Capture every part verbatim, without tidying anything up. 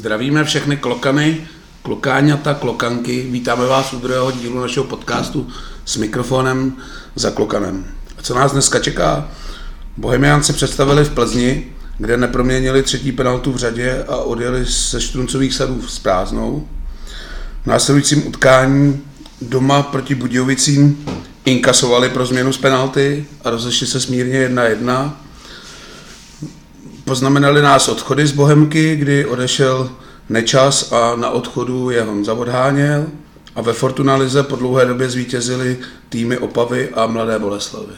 Zdravíme všechny klokany, klokáňata, klokanky. Vítáme vás u druhého dílu našeho podcastu s mikrofonem za klokanem. A co nás dneska čeká? Bohemians se představili v Plzni, kde neproměnili třetí penaltu v řadě a odjeli se Štruncových sadů s prázdnou. V následujícím utkání doma proti Budějovicím inkasovali pro změnu z penalty a rozešli se smírně jedna jedna. Poznamenali nás odchody z Bohemky, kdy odešel Nečas a na odchodu je Honza odháněl a ve Fortuna lize po dlouhé době zvítězili týmy Opavy a Mladé Boleslavi.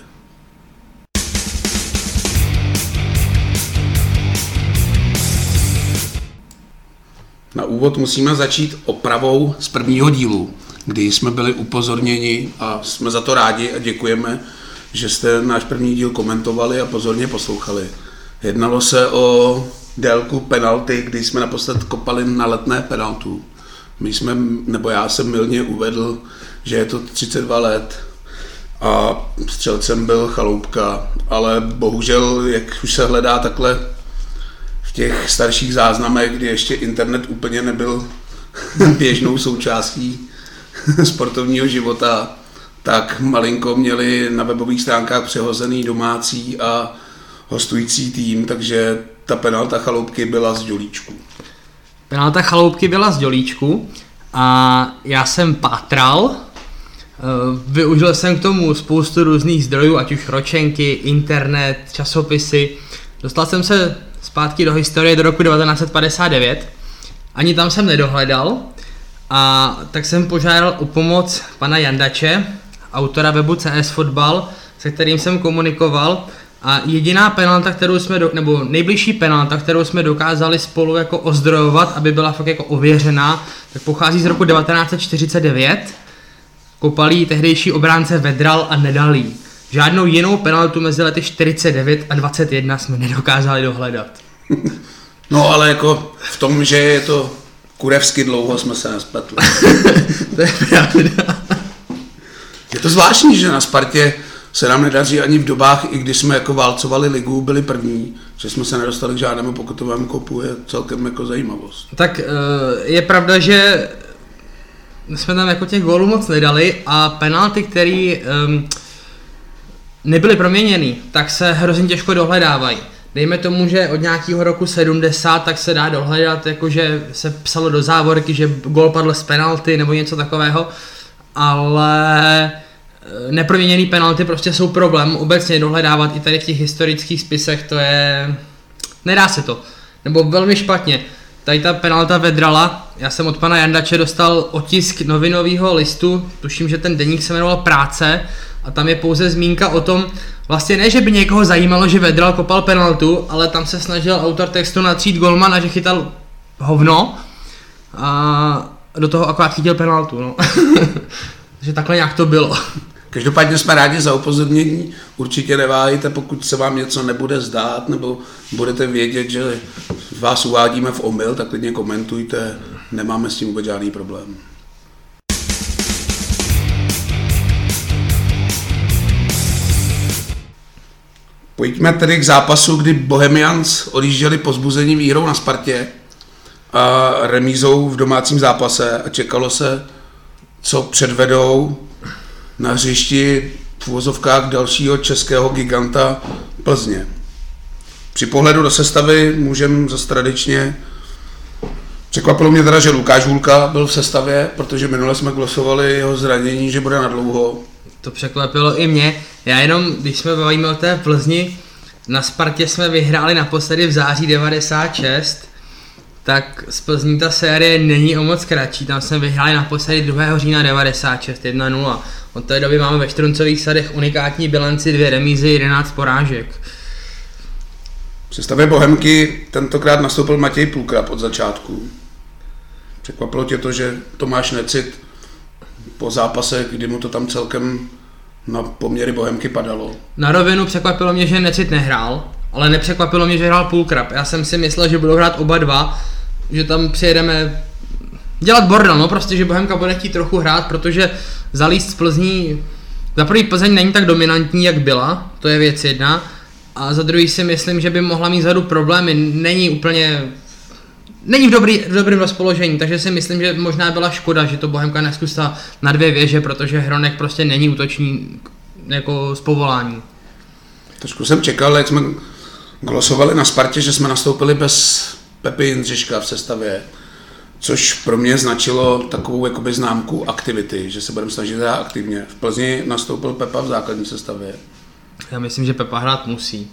Na úvod musíme začít opravou z prvního dílu, kdy jsme byli upozorněni a jsme za to rádi a děkujeme, že jste náš první díl komentovali a pozorně poslouchali. Jednalo se o délku penalty, kdy jsme naposled kopali na letné penaltu. My jsme, nebo já jsem mylně uvedl, že je to třicet dva let a střelcem byl Chaloupka, ale bohužel, jak už se hledá takhle v těch starších záznamech, kdy ještě internet úplně nebyl běžnou součástí sportovního života, tak malinko měli na webových stránkách přehozený domácí a hostující tým, takže ta penalta Chaloupky byla z Dělíčku. Penalta Chaloupky byla z Dělíčku a já jsem pátral, využil jsem k tomu spoustu různých zdrojů, ať už ročenky, internet, časopisy. Dostal jsem se zpátky do historie do roku devatenáct set padesát devět, ani tam jsem nedohledal, a tak jsem požádal o pomoc pana Jandače, autora webu C S Fotbal, se kterým jsem komunikoval. A jediná penalta, kterou jsme, do, nebo nejbližší penalta, kterou jsme dokázali spolu jako ozdrojovat, aby byla fakt jako ověřená, tak pochází z roku devatenáct set čtyřicet devět. Kopalí tehdejší obránce Vedral a nedal jí. Žádnou jinou penaltu mezi lety čtyřicet devět a dvacet jedna jsme nedokázali dohledat. No ale jako v tom, že je to kurevsky dlouho, jsme se nespletli. To je pravda. Je to zvláštní, že na Spartě se nám nedaří ani v dobách, i když jsme jako válcovali ligu, byli první, že jsme se nedostali k žádnému pokutovému kopu, je celkem jako zajímavost. Tak je pravda, že jsme tam jako těch gólů moc nedali a penalty, které um, nebyly proměněny, tak se hrozně těžko dohledávají. Dejme tomu, že od nějakého roku sedmdesát tak se dá dohledat, jakože se psalo do závorky, že gól padl z penalty nebo něco takového, ale neproměněný penalty prostě jsou problém obecně dohledávat i tady v těch historických spisech, to je, nedá se to, nebo velmi špatně. Tady ta penalta Vedrala, já jsem od pana Jandače dostal otisk novinového listu, tuším, že ten deník se jmenoval Práce a tam je pouze zmínka o tom, vlastně ne, že by někoho zajímalo, že Vedral kopal penaltu, ale tam se snažil autor textu natřít golmana, že chytal hovno a do toho akorát chytil penaltu, no. Takže takhle nějak to bylo. Každopádně jsme rádi za upozornění, určitě neváhejte, pokud se vám něco nebude zdát, nebo budete vědět, že vás uvádíme v omyl, tak klidně komentujte, nemáme s tím vůbec žádný problém. Pojďme tedy k zápasu, kdy Bohemians odjížděli povzbuzení výhrou na Spartě a remízou v domácím zápase a čekalo se, co předvedou na hřišti v uvozovkách dalšího českého giganta Plzně. Při pohledu do sestavy můžeme zase tradičně, překvapilo mě teda, že Lukáš Hůlka byl v sestavě, protože minule jsme glosovali jeho zranění, že bude nadlouho. To překvapilo i mě, já jenom, když jsme bavíme o té Plzni, na Spartě jsme vyhráli naposledy v září devadesát šest, tak z Plzní ta série není o moc kratší, tam jsme vyhráli naposledy druhého října devadesát šest jedna nula. Od té doby máme ve Štruncových sadech unikátní bilanci, dvě remízy, jedenáct porážek. V sestavě Bohemky tentokrát nastoupil Matěj Půlkrab od začátku. Překvapilo tě to, že Tomáš Necit po zápase, kdy mu to tam celkem na poměry Bohemky padalo? Na rovinu překvapilo mě, že Necit nehrál, ale nepřekvapilo mě, že hrál Půlkrab. Já jsem si myslel, že budou hrát oba dva, že tam přijedeme dělat bordel, no prostě, že Bohemka bude chtít trochu hrát, protože zalíst z Plzní, za první Plzeň není tak dominantní, jak byla, to je věc jedna, a za druhý si myslím, že by mohla mít vzadu problémy, není úplně není v, dobrý, v dobrém rozpoložení, takže si myslím, že možná byla škoda, že to Bohemka neskusila na dvě věže, protože Hronek prostě není útočník jako z povolání. Trošku jsem čekal, jak jsme glosovali na Spartě, že jsme nastoupili bez Pepy Jindřiška v sestavě, což pro mě značilo takovou jakoby známku aktivity, že se budeme snažit hrát aktivně. V Plzni nastoupil Pepa v základní sestavě. Já myslím, že Pepa hrát musí.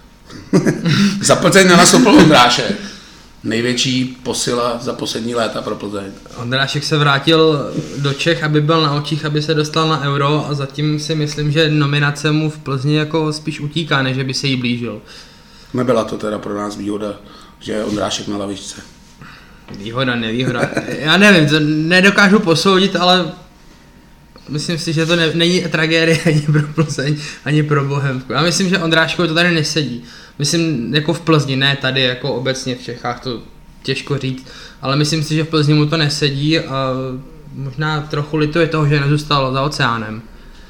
Za Plzeň nenastoupil Ondrášek. Největší posila za poslední léta pro Plzeň. Ondrášek se vrátil do Čech, aby byl na očích, aby se dostal na Euro a zatím si myslím, že nominace mu v Plzni jako spíš utíká, než by se jí blížil. Nebyla to teda pro nás výhoda, že je Ondrášek na lavičce. Výhoda, nevýhoda. Já nevím, to nedokážu posoudit, ale myslím si, že to ne, není tragédie ani pro Plzeň, ani pro Bohemku. Já myslím, že Ondráškovi to tady nesedí. Myslím jako v Plzni, ne tady jako obecně v Čechách, to těžko říct, ale myslím si, že v Plzni mu to nesedí a možná trochu lituje toho, že nezůstal za oceánem.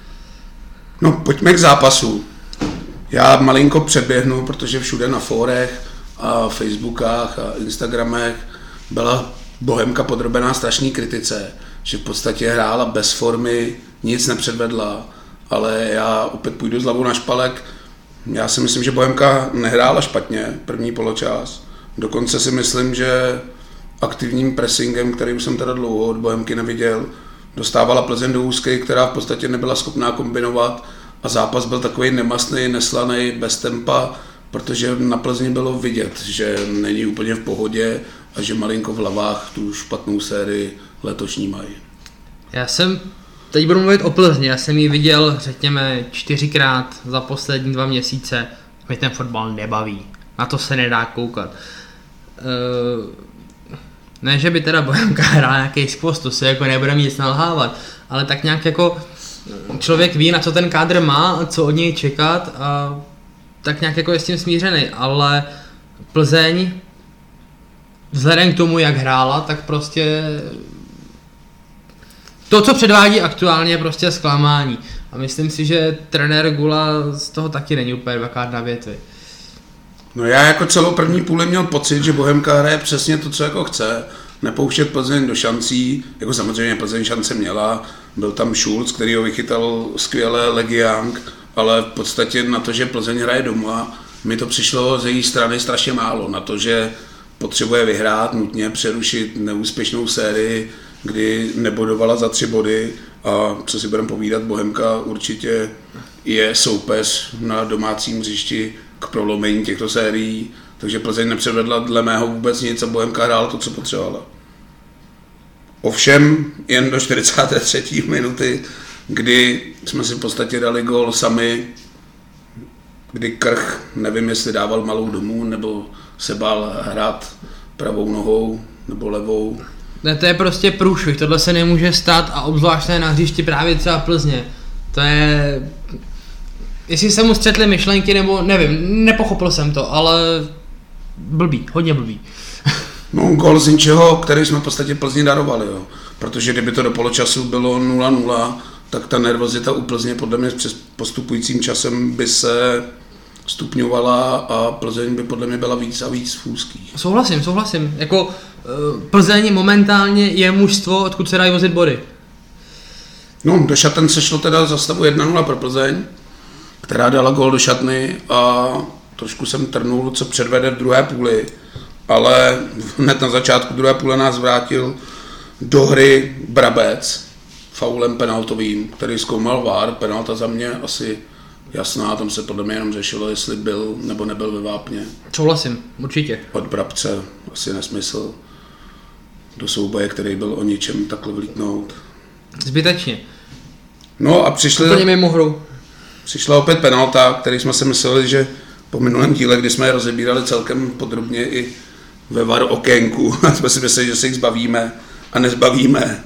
No, pojďme k zápasu. Já malinko předběhnu, protože všude na fórech a Facebookách a Instagramech byla Bohemka podrobená strašné kritice, že v podstatě hrála bez formy, nic nepředvedla, ale já opět půjdu s hlavou na špalek. Já si myslím, že Bohemka nehrála špatně první poločas. Dokonce si myslím, že aktivním pressingem, který už jsem teda dlouho od Bohemky neviděl, dostávala Plzeň do úzky, která v podstatě nebyla schopná kombinovat a zápas byl takový nemastný, neslaný, bez tempa, protože na Plzni bylo vidět, že není úplně v pohodě a že malinko v hlavách tu špatnou sérii letošní mají. Já jsem, teď budu mluvit o Plzni, já jsem ji viděl, řekněme, čtyřikrát za poslední dva měsíce. Mě ten fotbal nebaví, na to se nedá koukat. Uh, ne, že by teda Bohemka hrála nějaký skvost, to se jako nebude nic nalhávat, ale tak nějak jako člověk ví, na co ten kádr má a co od něj čekat a tak nějak jako je s tím smířený, ale Plzeň vzhledem k tomu, jak hrála, tak prostě to, co předvádí aktuálně, je prostě zklamání. A myslím si, že trenér Gula z toho taky není úplně dvakrát na větvi. No já jako celou první půli měl pocit, že Bohemka hraje přesně to, co jako chce. Nepouštět Plzeň do šancí, jako samozřejmě Plzeň šance měla, byl tam Schulz, který ho vychytal skvěle, Legiang, ale v podstatě na to, že Plzeň hraje doma, mi to přišlo z její strany strašně málo. Na to, že potřebuje vyhrát, nutně přerušit neúspěšnou sérii, kdy nebodovala za tři body a co si budeme povídat, Bohemka určitě je soupeř na domácím hřišti k prolomení těchto sérií, takže Plzeň nepředvedla dle mého vůbec nic a Bohemka hrála to, co potřebovala. Ovšem jen do čtyřicáté třetí minuty, kdy jsme si v podstatě dali gól sami, kdy Krch, nevím jestli dával malou domů, nebo se bál hrát pravou nohou nebo levou. Ne, to je prostě průšvih, tohle se nemůže stát a obzvlášť na hřišti právě třeba Plzně. To je... Jestli se mu střetly myšlenky nebo nevím, nepochopil jsem to, ale blbý, hodně blbý. No gól z ničeho, který jsme v podstatě Plzni darovali, jo. Protože kdyby to do poločasu bylo nula nula, tak ta nervozita u Plzně podle mě přes postupujícím časem by se stupňovala a Plzeň by podle mě byla víc a víc v úzkých. Souhlasím, souhlasím. Jako Plzeň momentálně je mužstvo, odkud se dají vozit body. No, do šaten se šlo teda za stavu jedna nula pro Plzeň, která dala gól do šatny a trošku jsem trnul, co předvede v druhé půli, ale hned na začátku druhé půle nás vrátil do hry Brabec faulem penaltovým, který zkoumal V A R, penalta za mě asi jasná, tam se podle mě jenom řešilo, jestli byl nebo nebyl ve vápně. Souhlasím, určitě. Od Brabce asi nesmysl do souboje, který byl o ničem takhle vlítnout. Zbytečně. No a přišli... Úplně mimo hru. Přišla opět penalta, který jsme si mysleli, že po minulém díle, kdy jsme je rozebírali celkem podrobně i ve V A R okénku, jsme si mysleli, že se jich zbavíme a nezbavíme.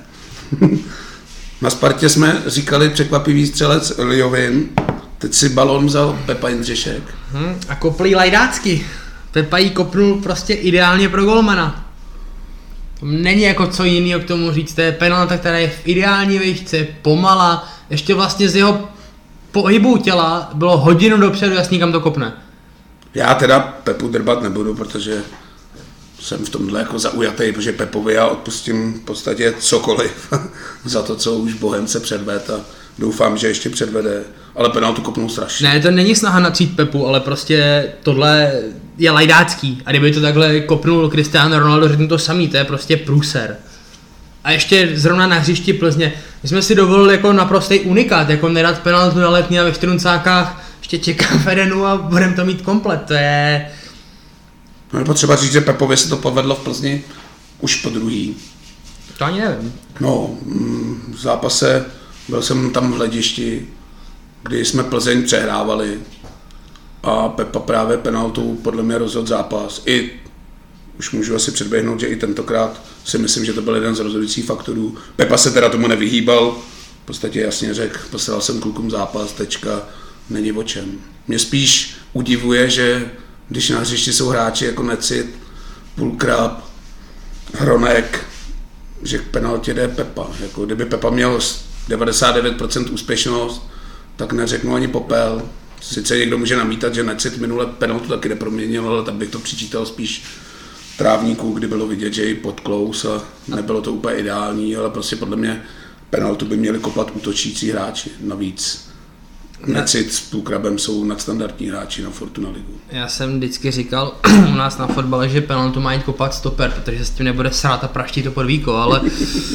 Na Spartě jsme říkali překvapivý střelec Liovin, teď si balón vzal Pepa Jindřišek. Hmm, a koplý lajdácky. Pepa jí kopnul prostě ideálně pro golmana. Není jako co jiného k tomu říct, to je penalta, která je v ideální výšce, pomalá, ještě vlastně z jeho pohybu těla bylo hodinu dopředu jasný, kam to kopne. Já teda Pepu drbat nebudu, protože jsem v tomhle jako zaujatý, protože Pepovi já odpustím v podstatě cokoliv za to, co už Bohemce předved a doufám, že ještě předvede, ale penaltu kopnul strašně. Ne, to není snaha natřít Pepu, ale prostě tohle je lajdácký a kdyby to takhle kopnul Cristiano Ronaldo, řeknu to samý, to je prostě průser. A ještě zrovna na hřišti Plzně, my jsme si dovolili jako naprostý unikát, jako nedat penaltu na Letní a ve Štruncákách, ještě čeká Ferenu a budeme to mít komplet, to je... No je potřeba říct, že Pepovi se to povedlo v Plzni už po druhý. To ani nevím. No, v zápase byl jsem tam v hledišti, kdy jsme Plzeň přehrávali a Pepa právě penaltou podle mě rozhodl zápas. I, už můžu asi předběhnout, že i tentokrát si myslím, že to byl jeden z rozhodujících faktorů. Pepa se teda tomu nevyhýbal, v podstatě jasně řekl, poslal jsem klukům zápas, tečka, není o čem. Mě spíš udivuje, že když na hřišti jsou hráči jako Necit, Pulkrab, Hronek, že k penaltě jde Pepa. Jako, kdyby Pepa měl devadesát devět procent úspěšnost, tak neřeknu ani popel. Sice někdo může namítat, že Necit minule penaltu taky neproměnil, ale tak bych to přičítal spíš Trávníku, kdy bylo vidět, že i podklous a nebylo to úplně ideální, ale prostě podle mě penaltu by měli kopat útočící hráči. Navíc Necit s Pulkrabem jsou nadstandardní hráči na Fortuna ligu. Já jsem vždycky říkal u nás na fotbale, že penaltu má jít kopat stoper, protože s tím nebude srát a praští to pod víko, ale uh,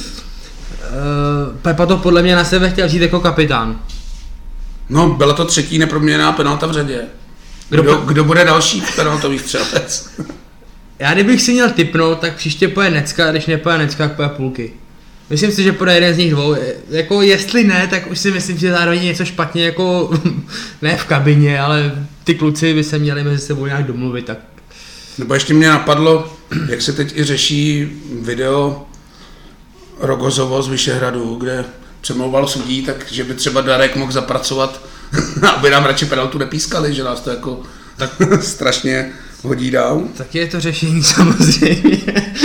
Pepa to podle mě na sebe chtěl vzít jako kapitán. No, byla to třetí neproměněná penalta v řadě. Kdo, kdo, kdo bude další penaltový střelec? Já kdybych si měl tipnout, tak příště poje Necka, a když nepoje Necka, tak poje Pulky. Myslím si, že půjde jeden z nich dvou. Jako jestli ne, tak už si myslím, že zároveň je něco špatně, jako ne v kabině, ale ty kluci by se měli mezi sebou nějak domluvit. Tak. Nebo ještě mě napadlo, jak se teď i řeší video Rogozovo z Vyšehradu, kde přemlouval sudí, tak že by třeba Darek mohl zapracovat, aby nám radši penaltu nepískali, že nás to jako tak strašně hodí dál. Tak je to řešení samozřejmě.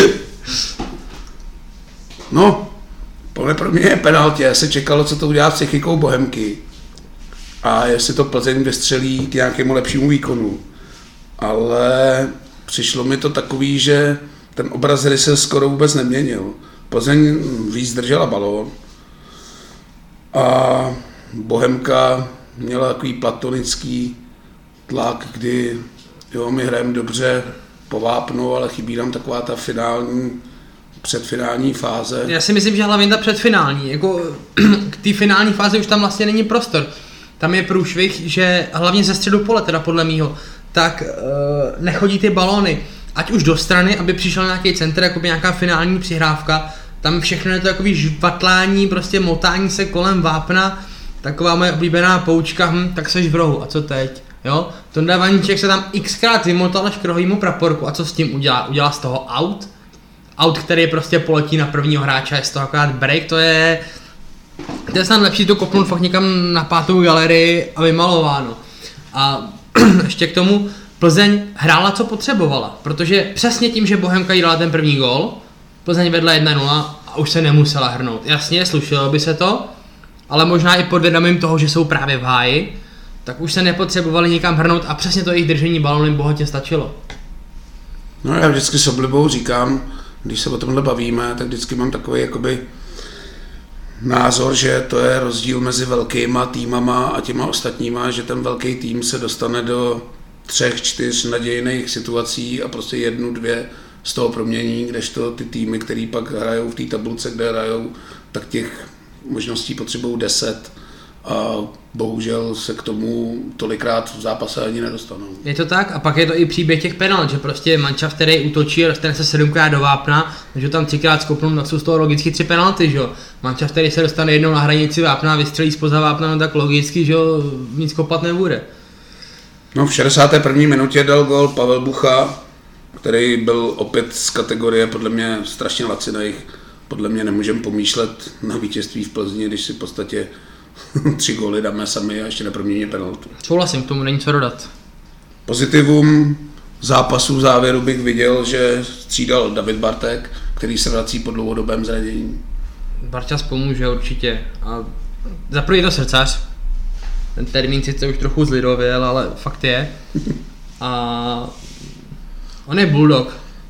No, podle pro mě je penaltě, se čekalo, co to udělá s psychikou Bohemky a jestli to Plzeň vystřelí k nějakému lepšímu výkonu. Ale přišlo mi to takový, že ten obraz hry se skoro vůbec neměnil. Plzeň víc držela balón a Bohemka měla takový platonický tlak, kdy jo, my hrajeme dobře po vápnu, ale chybí nám taková ta finální předfinální fáze. Já si myslím, že hlavně ta předfinální, jako k té finální fázi už tam vlastně není prostor. Tam je průšvih, že hlavně ze středu pole, teda podle mýho, tak uh, nechodí ty balóny, ať už do strany, aby přišel nějaký center, jako by nějaká finální přihrávka, tam všechno je to takový žvatlání, prostě motání se kolem vápna, taková moje oblíbená poučka, hm, tak seš v rohu, a co teď? Jo? Tonda Vaníček se tam xkrát vymotal až k rohovýmu praporku a co s tím udělá? Udělá z toho out? Out, který prostě poletí na prvního hráče, je z toho akorát break, to je... To je snad lepší to kopnout fakt někam na pátou galerii a vymalováno. A ještě k tomu, Plzeň hrála, co potřebovala, protože přesně tím, že Bohemka jí dala ten první gól, Plzeň vedla jedna nula a už se nemusela hrnout. Jasně, slušelo by se to, ale možná i pod vědomím toho, že jsou právě v háji, tak už se nepotřebovali nikam hrnout a přesně to jejich držení balónem bohatě stačilo. No já vždycky s oblibou říkám, když se o tomhle bavíme, tak vždycky mám takový jakoby názor, že to je rozdíl mezi velkýma týmama a těma ostatníma, že ten velký tým se dostane do třech, čtyř nadějných situací a prostě jednu, dvě z toho promění, kdežto ty týmy, který pak hrajou v té tabulce, kde hrajou, tak těch možností potřebují deset a bohužel se k tomu tolikrát v zápase ani nedostanou. Je to tak a pak je to i příběh těch penalt, že prostě mančaft, který útočí, dostane se sedmkrát do vápna, že tam třikrát skopnou, tak jsou z toho logicky tři penalty, že jo. Mančaft, který se dostane jednou na hranici vápna a vystřelí zpoza vápna, no tak logicky, že jo, nic kopat nebude. No v šedesáté první minutě dal gól Pavel Bucha, který byl opět z kategorie podle mě strašně laciných. Podle mě nemůžeme pomýšlet na vítězství v Plzni, když si v podstatě tři góly dáme sami a ještě nepromění penaltu. Souhlasím, k tomu není co dodat. Pozitivum zápasu v závěru bych viděl, že střídal David Bartek, který se vrací po dlouhodobém zranění. Barčas pomůže určitě. A za první je to srdcař. Ten termín sice už trochu zlidověl, ale fakt je. A on je bulldog.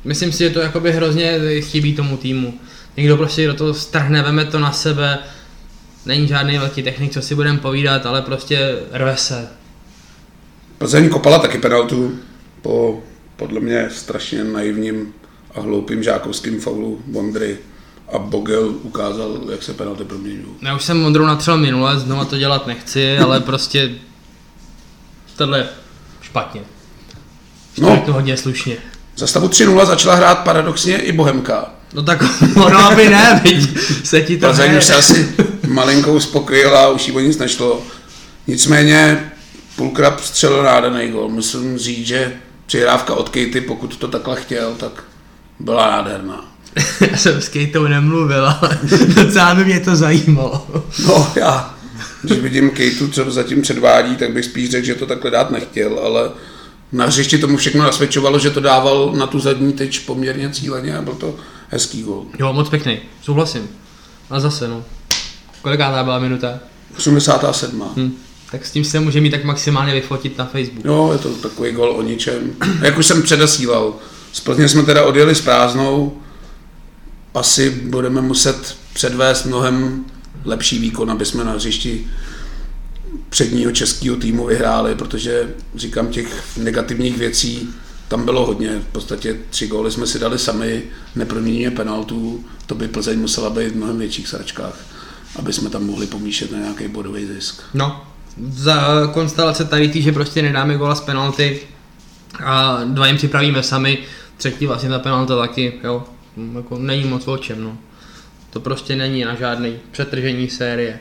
Myslím si, že to jakoby hrozně chybí tomu týmu. Někdo prostě do toho strhne, veme to na sebe, není žádný velký technik, co si budeme povídat, ale prostě rve se. Plzeň kopala taky penaltu po podle mě strašně naivním a hloupým žákovským faulu Vondry a Bogel ukázal, jak se penalty proměňují. Já už jsem Vondru natřel minule, znova to dělat nechci, ale prostě tohle špatně. No, to hodně slušně. Za stavu tři nula začala hrát paradoxně i Bohemka. No tak ono aby ne, viď, se ti to Plzeň už se asi malinkou uspokojila, už jí o nic nešlo. Nicméně Pulkrab střelil nádherný gol. Musím říct, že přihrávka od Kejty, pokud to takhle chtěl, tak byla nádherná. Já jsem s Kejtou nemluvil, ale docela by mě to zajímalo. No já, když vidím Kejtu, co zatím předvádí, tak bych spíš řekl, že to takhle dát nechtěl, ale na hřišti tomu všechno nasvědčovalo, že to dával na tu zadní tyč poměrně cíleně a byl to hezký gol. Jo, moc pěkný, souhlasím. A zase no, kolikátá byla minuta? osmdesátá sedmá Hm. Tak s tím se může mít tak maximálně vyfotit na Facebook. Jo, je to takový gol o ničem. Jak už jsem předesílal, z Plzně jsme teda odjeli s prázdnou, asi budeme muset předvést mnohem lepší výkon, aby jsme na hřišti předního českého týmu vyhráli, protože říkám, těch negativních věcí tam bylo hodně. V podstatě tři góly jsme si dali sami, neproměníme penaltu, to by Plzeň musela být v mnohem větších sračkách, aby jsme tam mohli pomíšet na nějaký bodový zisk. No, za konstelace tady tý, že prostě nedáme góla z penalty a dva jim připravíme sami, třetí vlastně ta penalta taky, jo, jako není moc o čem, no. To prostě není na žádný přetržení série.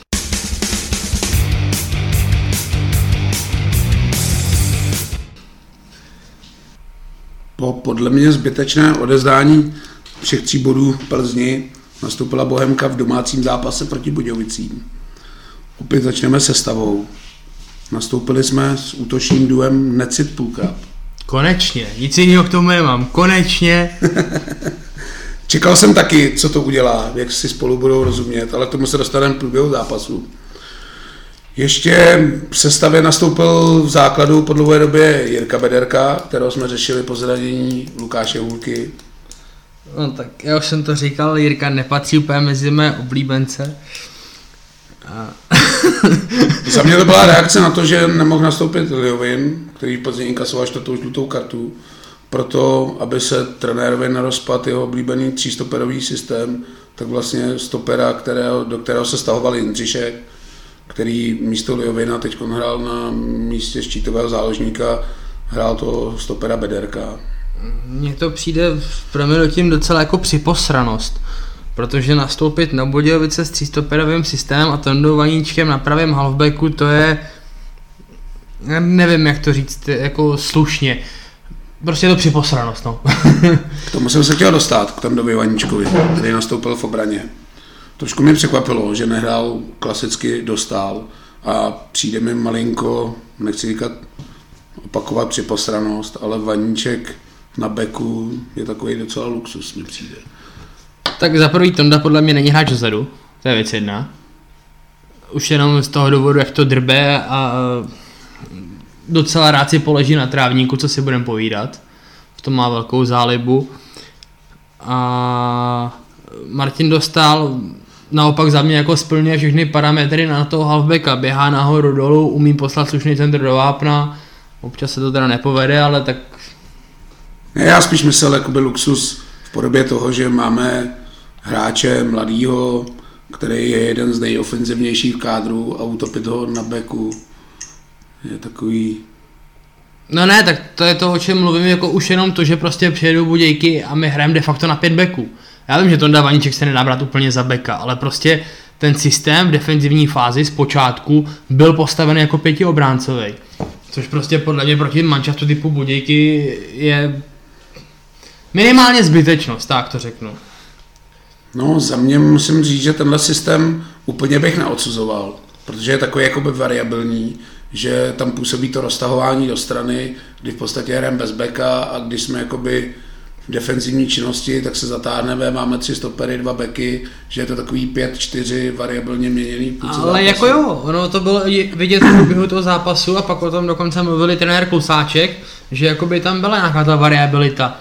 Po podle mě zbytečné odezdání všech tří bodů Plzni nastoupila Bohemka v domácím zápase proti Budějovicím. Opět začneme se stavou. Nastoupili jsme s útočným duem Necit Pulkrab. Konečně, nic jiného k tomu nemám, konečně. Čekal jsem taky, co to udělá, jak si spolu budou rozumět, ale k tomu se dostaneme v průběhu zápasu. Ještě v sestavě nastoupil v základu po dlouhé době Jirka Bederka, kterého jsme řešili po zranění Lukáše Hůlky. No tak já už jsem to říkal, Jirka nepatří úplně mezi mé oblíbence. A... Za mě to byla reakce na to, že nemohl nastoupit Liovin, který později inkasoval čtvrtou žlutou kartu, proto, aby se trenérovi nerozpadl jeho oblíbený třístoperový systém, tak vlastně stopera, kterého, do kterého se stahoval Jindřišek, který místo Liovina teď hrál na místě štítového záložníka, hrál to stopera Bederka. Mně to přijde v proměnutím docela jako připosranost, protože nastoupit na Budějovice s třístoperovým systémem a Tondou Vaníčkem na pravém halfbacku, to je, já nevím jak to říct, jako slušně, prostě je to připosranost, no. K tomu jsem se chtěl dostat, k Tondovi Vaníčkovi, který nastoupil v obraně. Trošku mě překvapilo, že nehrál klasicky dostál a přijde mi malinko, nechci říkat opakovat připosranost, ale Vaníček na beku je takový docela luxus, mi přijde. Tak za prvý Tonda podle mě není hráč dozadu, to je věc jedna. Už jenom z toho důvodu, jak to drbe a docela rád si poleží na trávníku, co si budeme povídat. V tom má velkou zálibu. A Martin Dostál naopak za mě jako splňuje všechny parametry na toho halfbacka. Běhá nahoru dolů, umí poslat slušný centr do vápna. Občas se to teda nepovede, ale tak... Já spíš myslel jakoby luxus v podobě toho, že máme hráče mladýho, který je jeden z nejofenzivnějších kádrů a utopit ho na beku je takový... No ne, tak to je to, o čem mluvím, jako už jenom to, že prostě přijedou Budějky a my hrajeme de facto na pět beků. Já vím, že Tonda Vaníček se nedá brát úplně za beka, ale prostě ten systém v defenzivní fázi z počátku byl postaven jako pětiobráncovej. Což prostě podle mě proti manšaftu typu Budějky je minimálně zbytečnost, tak to řeknu. No, za mě musím říct, že tenhle systém úplně bych neodsuzoval, protože je takový jakoby variabilní, že tam působí to roztahování do strany, kdy v podstatě hrajeme bez beka a když jsme jakoby v defenzivní činnosti, tak se zatáhneme, máme tři stopery, dva beky, že je to takový pět čtyři variabilně měněný půlce zápasu. Ale jako jo, ono to bylo vidět v průběhu toho zápasu a pak o tom dokonce mluvili trenér Klusáček, že jakoby tam byla nějaká ta variabilita.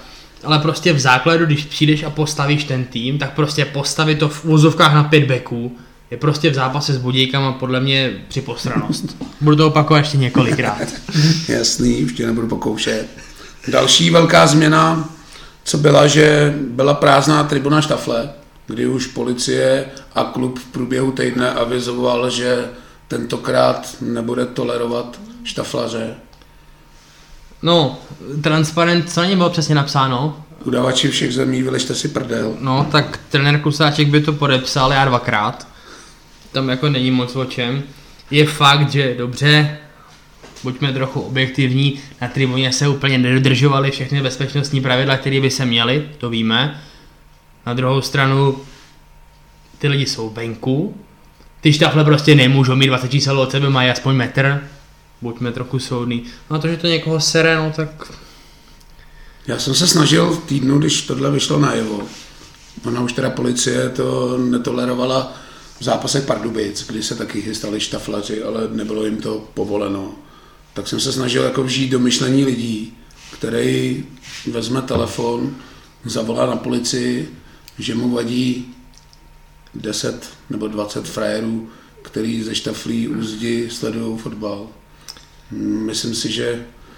ale prostě v základu, když přijdeš a postavíš ten tým, tak prostě postavit to v úzovkách na pět backů je prostě v zápase s Budějkama podle mě připostranost. Budu to opakovat ještě několikrát. Jasný, už tě nebudu pokoušet. Další velká změna, co byla, že byla prázdná tribuna Štafle, kdy už policie a klub v průběhu týdne avizoval, že tentokrát nebude tolerovat štaflaře. No, transparent, co na něm bylo přesně napsáno? Udavači všech zemí, vyležte si prdel. No, tak trenér Klusáček by to podepsal, já dvakrát. Tam jako není moc o čem. Je fakt, že dobře, buďme trochu objektivní, na tribuně se úplně nedodržovaly všechny bezpečnostní pravidla, které by se měly, to víme. Na druhou stranu, ty lidi jsou venku, ty štafle prostě nemůžou mít dvacet čísel od sebe, mají aspoň metr, buďme trochu soudný. No a to, že to někoho sere, no tak... Já jsem se snažil v týdnu, když tohle vyšlo najevo. Ona už teda policie to netolerovala v zápasech Pardubic, kdy se taky chystali štaflaři, ale nebylo jim to povoleno. Tak jsem se snažil jako vžít do myšlení lidí, který vezme telefon, zavolá na policii, že mu vadí deset nebo dvacet frajerů, který ze štaflí u zdi sledují fotbal. Myslím si, že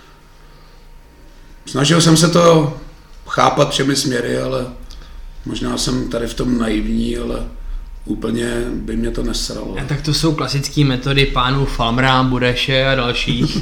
snažil jsem se to chápat všemi směry, ale možná jsem tady v tom naivní, ale úplně by mě to nesralo. A tak to jsou klasické metody pánů Falmra, Bureše a dalších.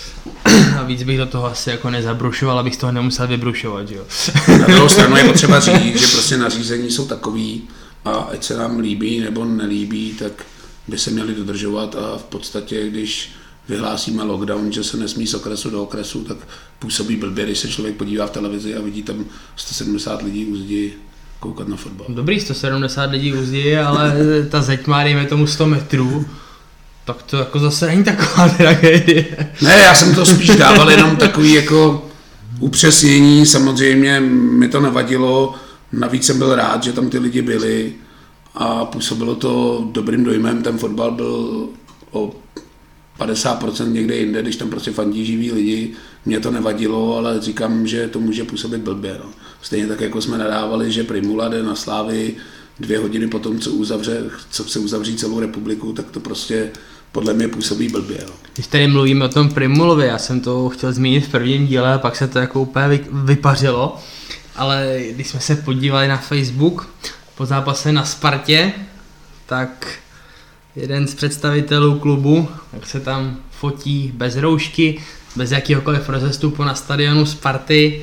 A víc bych do toho asi jako nezabrušoval, abych z toho nemusel vybrušovat, jo. Na druhou stranu je potřeba říct, že prostě nařízení jsou takový a ať se nám líbí nebo nelíbí, tak by se měli dodržovat a v podstatě, když vyhlásíme lockdown, že se nesmí z okresu do okresu, tak působí blbě, když se člověk podívá v televizi a vidí tam sto sedmdesát lidí u zdi koukat na fotbal. Dobrý, sto sedmdesát lidí u zdi, ale ta zeď má, dejme tomu sto metrů, tak to jako zase není taková tragédie. Ne, já jsem to spíš dával jenom takový jako upřesnění, samozřejmě mi to nevadilo, navíc jsem byl rád, že tam ty lidi byli a působilo to dobrým dojmem, ten fotbal byl o padesát procent někde jinde, když tam prostě fandí živí lidi, mě to nevadilo, ale říkám, že to může působit blbě. No. Stejně tak, jako jsme nadávali, že Primula jde na Slávy dvě hodiny po tom, co, uzavře, co chce uzavřít celou republiku, tak to prostě podle mě působí blbě. No. Když tady mluvíme o tom Primulovi, já jsem to chtěl zmínit v prvním díle, pak se to jako úplně vypařilo, ale když jsme se podívali na Facebook po zápase na Spartě, tak jeden z představitelů klubu, tak se tam fotí bez roušky, bez jakýhokoliv rozestupu na stadionu Sparty.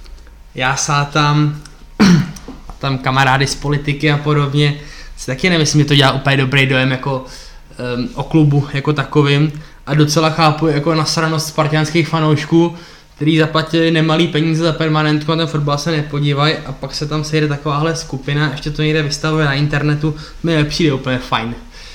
Já sátám tam kamarády z politiky a podobně. Si taky nemyslím, že to dělá úplně dobrý dojem jako um, o klubu jako takovým. A docela chápu jako nasranost spartianských fanoušků, který zaplatili nemalý peníze za permanentku a ten fotbal se nepodívají a pak se tam sejde takováhle skupina, ještě to někde vystavuje na internetu, mi nepřijde úplně fajn.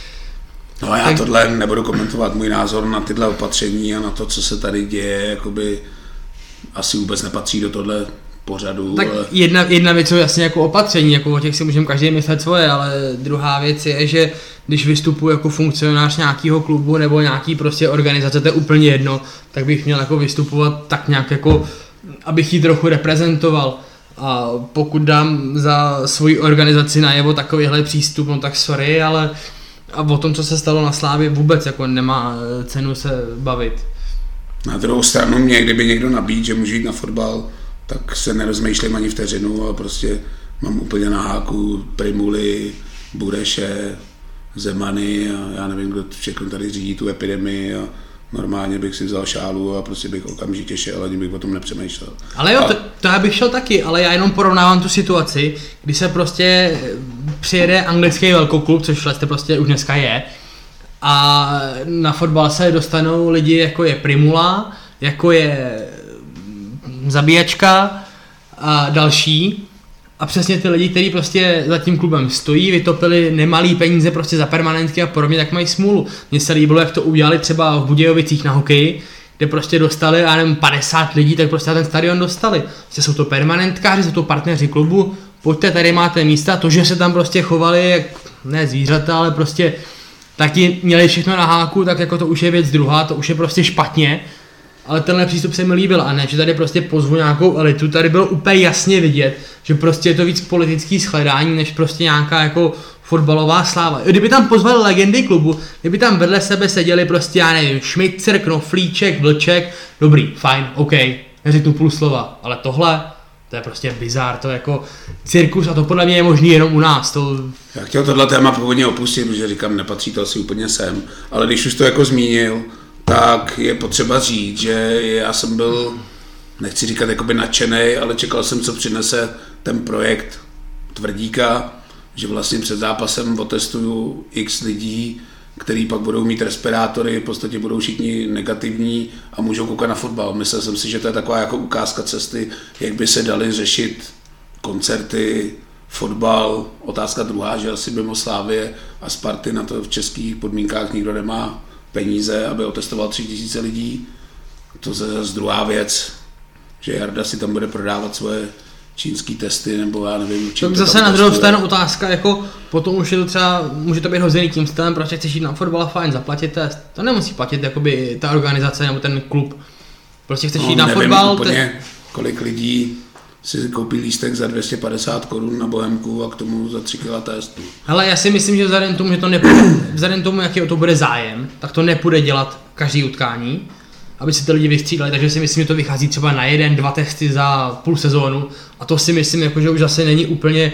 No já tak... tohle nebudu komentovat, můj názor na tyhle opatření a na to, co se tady děje, jakoby asi vůbec nepatří do tohle pořadu. Tak ale... jedna, jedna věc jsou jasně jako opatření, jako o těch si můžeme každý myslet svoje, ale druhá věc je, že když vystupuji jako funkcionář nějakého klubu nebo nějaký prostě organizace, to je úplně jedno, tak bych měl jako vystupovat tak nějak jako, abych ji trochu reprezentoval. A pokud dám za svoji organizaci najevo takovýhle přístup, no tak sorry, ale a o tom, co se stalo na Slávě, vůbec jako nemá cenu se bavit. Na druhou stranu mě, kdyby někdo nabít, že můžu jít na fotbal, tak se nerozmýšlím ani vteřinu a prostě mám úplně na háku Primuly, Bureše, Zemany a já nevím, kdo všechno tady řídí tu epidemii a normálně bych si vzal šálu a prostě bych okamžitě šel, ani bych o tom nepřemýšlel. Ale jo, a... to, to já bych šel taky, ale já jenom porovnávám tu situaci, kdy se prostě přijede anglický velkoklub, což vlastně prostě už dneska je, a na fotbal se dostanou lidi, jako je Primula, jako je Zabíjačka a další. A přesně ty lidi, kteří prostě za tím klubem stojí, vytopili nemalý peníze prostě za permanentky a podobně, tak mají smůlu. Mně se líbilo, jak to udělali třeba v Budějovicích na hokeji, kde prostě dostali, já nevím, padesát lidí, tak prostě na ten stadion dostali. Prostě jsou to permanentkáři, jsou to partneři klubu, pojďte, tady máte místa, to, že se tam prostě chovali, jak, ne zvířata, ale prostě taky měli všechno na háku, tak jako to už je věc druhá, to už je prostě špatně. ale tenhle přístup se mi líbil a ne, že tady prostě pozvu nějakou elitu, tady bylo úplně jasně vidět, že prostě je to víc politický shledání, než prostě nějaká jako fotbalová sláva. Kdyby tam pozvali legendy klubu, kdyby tam vedle sebe seděli prostě, já nevím, Šmicer, Knoflíček, Vlček, dobrý, fajn, OK, neřeknu půl slova, ale tohle, to je prostě bizár, to je jako cirkus a to podle mě je možný jenom u nás. To... Já chtěl tohle téma původně opustit, protože říkám, nepatří to asi úplně sem, ale když už to jako zmínil, tak je potřeba říct, že já jsem byl, nechci říkat jakoby nadšenej, ale čekal jsem, co přinese ten projekt Tvrdíka, že vlastně před zápasem otestuju x lidí, který pak budou mít respirátory, v podstatě budou všichni negativní a můžou koukat na fotbal. Myslel jsem si, že to je taková jako ukázka cesty, jak by se daly řešit koncerty, fotbal. Otázka druhá, že asi mimo Slávie a Sparty na to v českých podmínkách nikdo nemá peníze, aby otestoval tři tisíce lidí. To je zase druhá věc, že Jarda si tam bude prodávat svoje čínský testy, nebo já nevím, čím to zase na druhou stranu otázka, jako potom už je to třeba, může to být hozený tím stylem, protože chceš jít na fotbal, fajn, zaplatit test. To nemusí platit jakoby ta organizace nebo ten klub. Prostě chceš no, jít na nevím fotbal. Úplně, te... kolik lidí si koupí lístek za dvě stě padesát korun na Bohemku a k tomu za tři kila testu. Hele, já si myslím, že vzhledem tomu, že to nepůjde, vzhledem tomu, jaký o to bude zájem, tak to nepůjde dělat každý utkání, aby se ty lidi vystřídali, takže si myslím, že to vychází třeba na jeden, dva testy za půl sezónu a to si myslím, jako, že už zase není úplně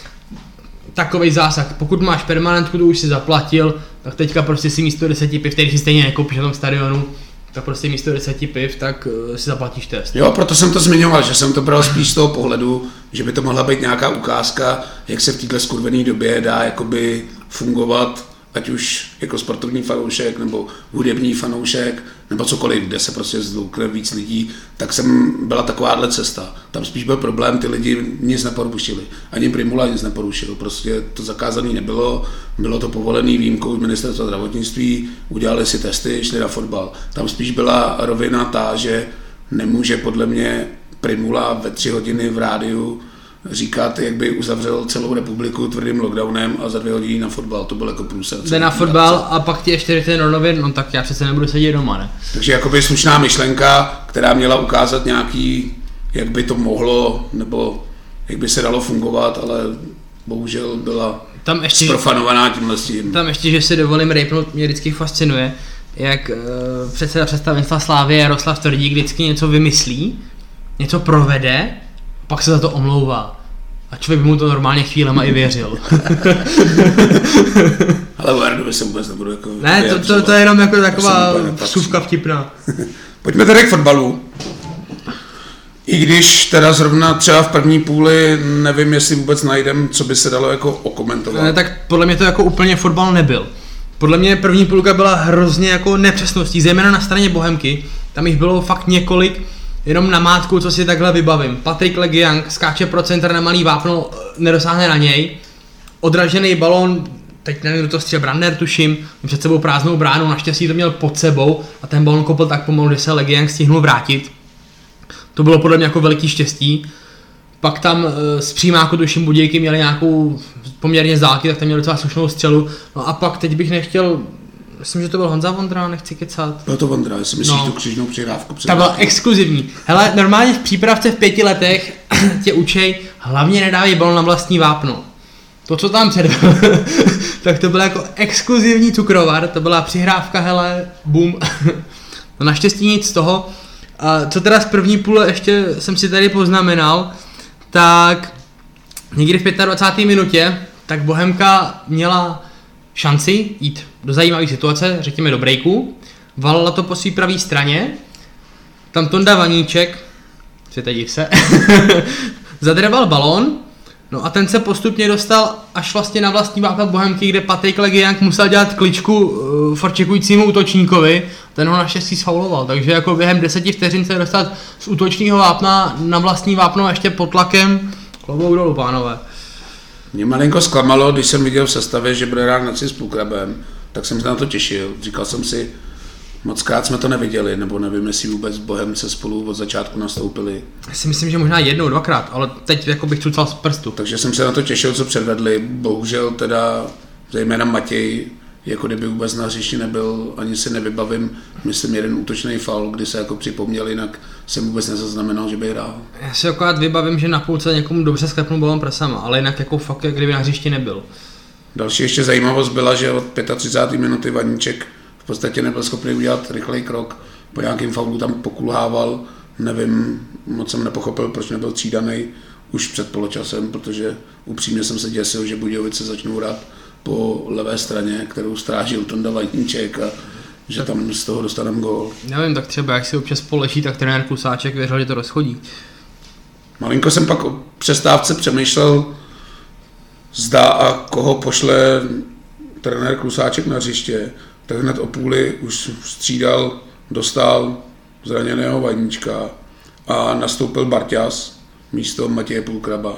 takovej zásah. Pokud máš permanentku, to už si zaplatil, tak teďka prostě si místo deseti piv, který si stejně nekoupíš na tom stadionu, tak prostě místo deseti piv, tak uh, si zaplatíš test. Jo, proto jsem to zmiňoval, že jsem to bral spíš z toho pohledu, že by to mohla být nějaká ukázka, jak se v této skurvené době dá jakoby fungovat, ať už jako sportovní fanoušek, nebo hudební fanoušek, nebo cokoliv, kde se prostě zloukne víc lidí, tak jsem byla takováhle cesta. Tam spíš byl problém, ty lidi nic neporušili. Ani Primula nic neporušil, prostě to zakázané nebylo, bylo to povolený výjimkou ministerstva zdravotnictví, udělali si testy, šli na fotbal. Tam spíš byla rovina ta, že nemůže podle mě Primula ve tři hodiny v rádiu říkat, jak by uzavřel celou republiku tvrdým lockdownem a za dvě hodiny na fotbal, to byl jako průser. Jde na fotbal a pak ti ještě řekne Ronově, no tak já přece nebudu sedět doma, ne? Takže jakoby slušná myšlenka, která měla ukázat nějaký, jak by to mohlo, nebo jak by se dalo fungovat, ale bohužel byla tam ještě, zprofanovaná tímhle s tím. Tam ještě, že si dovolím rejpnout, mě vždycky fascinuje, jak uh, předseda představenstva Slávie Jaroslav Tvrdík vždycky něco vymyslí, něco provede, pak se za to omlouvá. A člověk by mu to normálně chvílema i věřil. Ale o Jardovi se vůbec nebudu jako... Ne, to, to, to je jenom jako taková vsuvka vtipná. Pojďme tedy k fotbalu. I když teda zrovna třeba v první půli nevím, jestli vůbec najdem, co by se dalo jako okomentovat. Ne, tak podle mě to jako úplně fotbal nebyl. Podle mě první půlka byla hrozně jako nepřesností, zejména na straně Bohemky. Tam jich bylo fakt několik, jenom na mátku, co si takhle vybavím. Patrik Legiang skáče pro centr na malý vápno, nedosáhne na něj. Odražený balón, teď nevím, kdo to střel, Brander tuším, před sebou prázdnou bránu, naštěstí to měl pod sebou a ten balón kopl tak pomalu, že se Legiang stihnul vrátit. To bylo podle mě jako veliký štěstí. Pak tam z přímáku tuším Budějky měli nějakou poměrně z dálky, tak tam měl docela slušnou střelu. No a pak teď bych nechtěl, myslím, že to byl Honza Vondra, nechci kecat. Byl to Vondra, jestli myslíš no. Tu křižnou přihrávku. Ta byla exkluzivní. Hele, normálně v přípravce v pěti letech tě učej, hlavně nedávej balon na vlastní vápno. To, co tam předvedl, tak to byl jako exkluzivní cukrovar, to byla přihrávka, hele, bum. No naštěstí nic z toho. A co teda z první půle ještě jsem si tady poznamenal, tak někdy v dvacáté páté minutě, tak Bohemka měla šanci jít do zajímavé situace, řekněme do breaku, valila to po své pravé straně, tam Tonda Vaníček, světe div se, zadrebal balón, no a ten se postupně dostal až vlastně na vlastní vápno Bohemky, kde Patrik Legiang musel dělat kličku uh, forčekujícímu útočníkovi, ten ho naštěstí sfauloval, takže jako během deseti vteřin se dostat z útočního vápna na vlastní vápno ještě pod tlakem, klobouk dolů, pánové. Mě malinko zklamalo, když jsem viděl v sestavě, že bude hrát Naci s Půlkrabem, tak jsem se na to těšil. Říkal jsem si, moc krát jsme to neviděli, nebo nevím, jestli vůbec Bohemce spolu od začátku nastoupili. Já si myslím, že možná jednou, dvakrát, ale teď jako bych cucal z prstu. Takže jsem se na to těšil, co předvedli. Bohužel teda zejména Matěj jako kdyby vůbec na hřišti nebyl, ani si nevybavím, myslím, jeden útočný faul, kdy se jako připomněl, jinak jsem vůbec nezaznamenal, že by hrál. Já si akorát vybavím, že na půlce někomu dobře sklepnul balón prsama, ale jinak jako fakt, jak kdyby na hřišti nebyl. Další ještě zajímavost byla, že od třicáté páté minuty Vaníček v podstatě nebyl schopný udělat rychlej krok, po nějakým faulu tam pokulhával, nevím, moc jsem nepochopil, proč nebyl třídaný už před poločasem, protože upřímně jsem se děsil, že Budějovice začnou hrát po levé straně, kterou strážil Tonda Vaníček a že tam z toho dostaneme gól. Nevím, tak třeba jak si občas poleží, tak trenér Klusáček věřil, že to rozchodí. Malinko jsem pak o přestávce přemýšlel, zda a koho pošle trenér Klusáček na hřiště, tak hned o půli už střídal, dostal zraněného Vaníčka a nastoupil Barťas místo Matěje Půlkraba.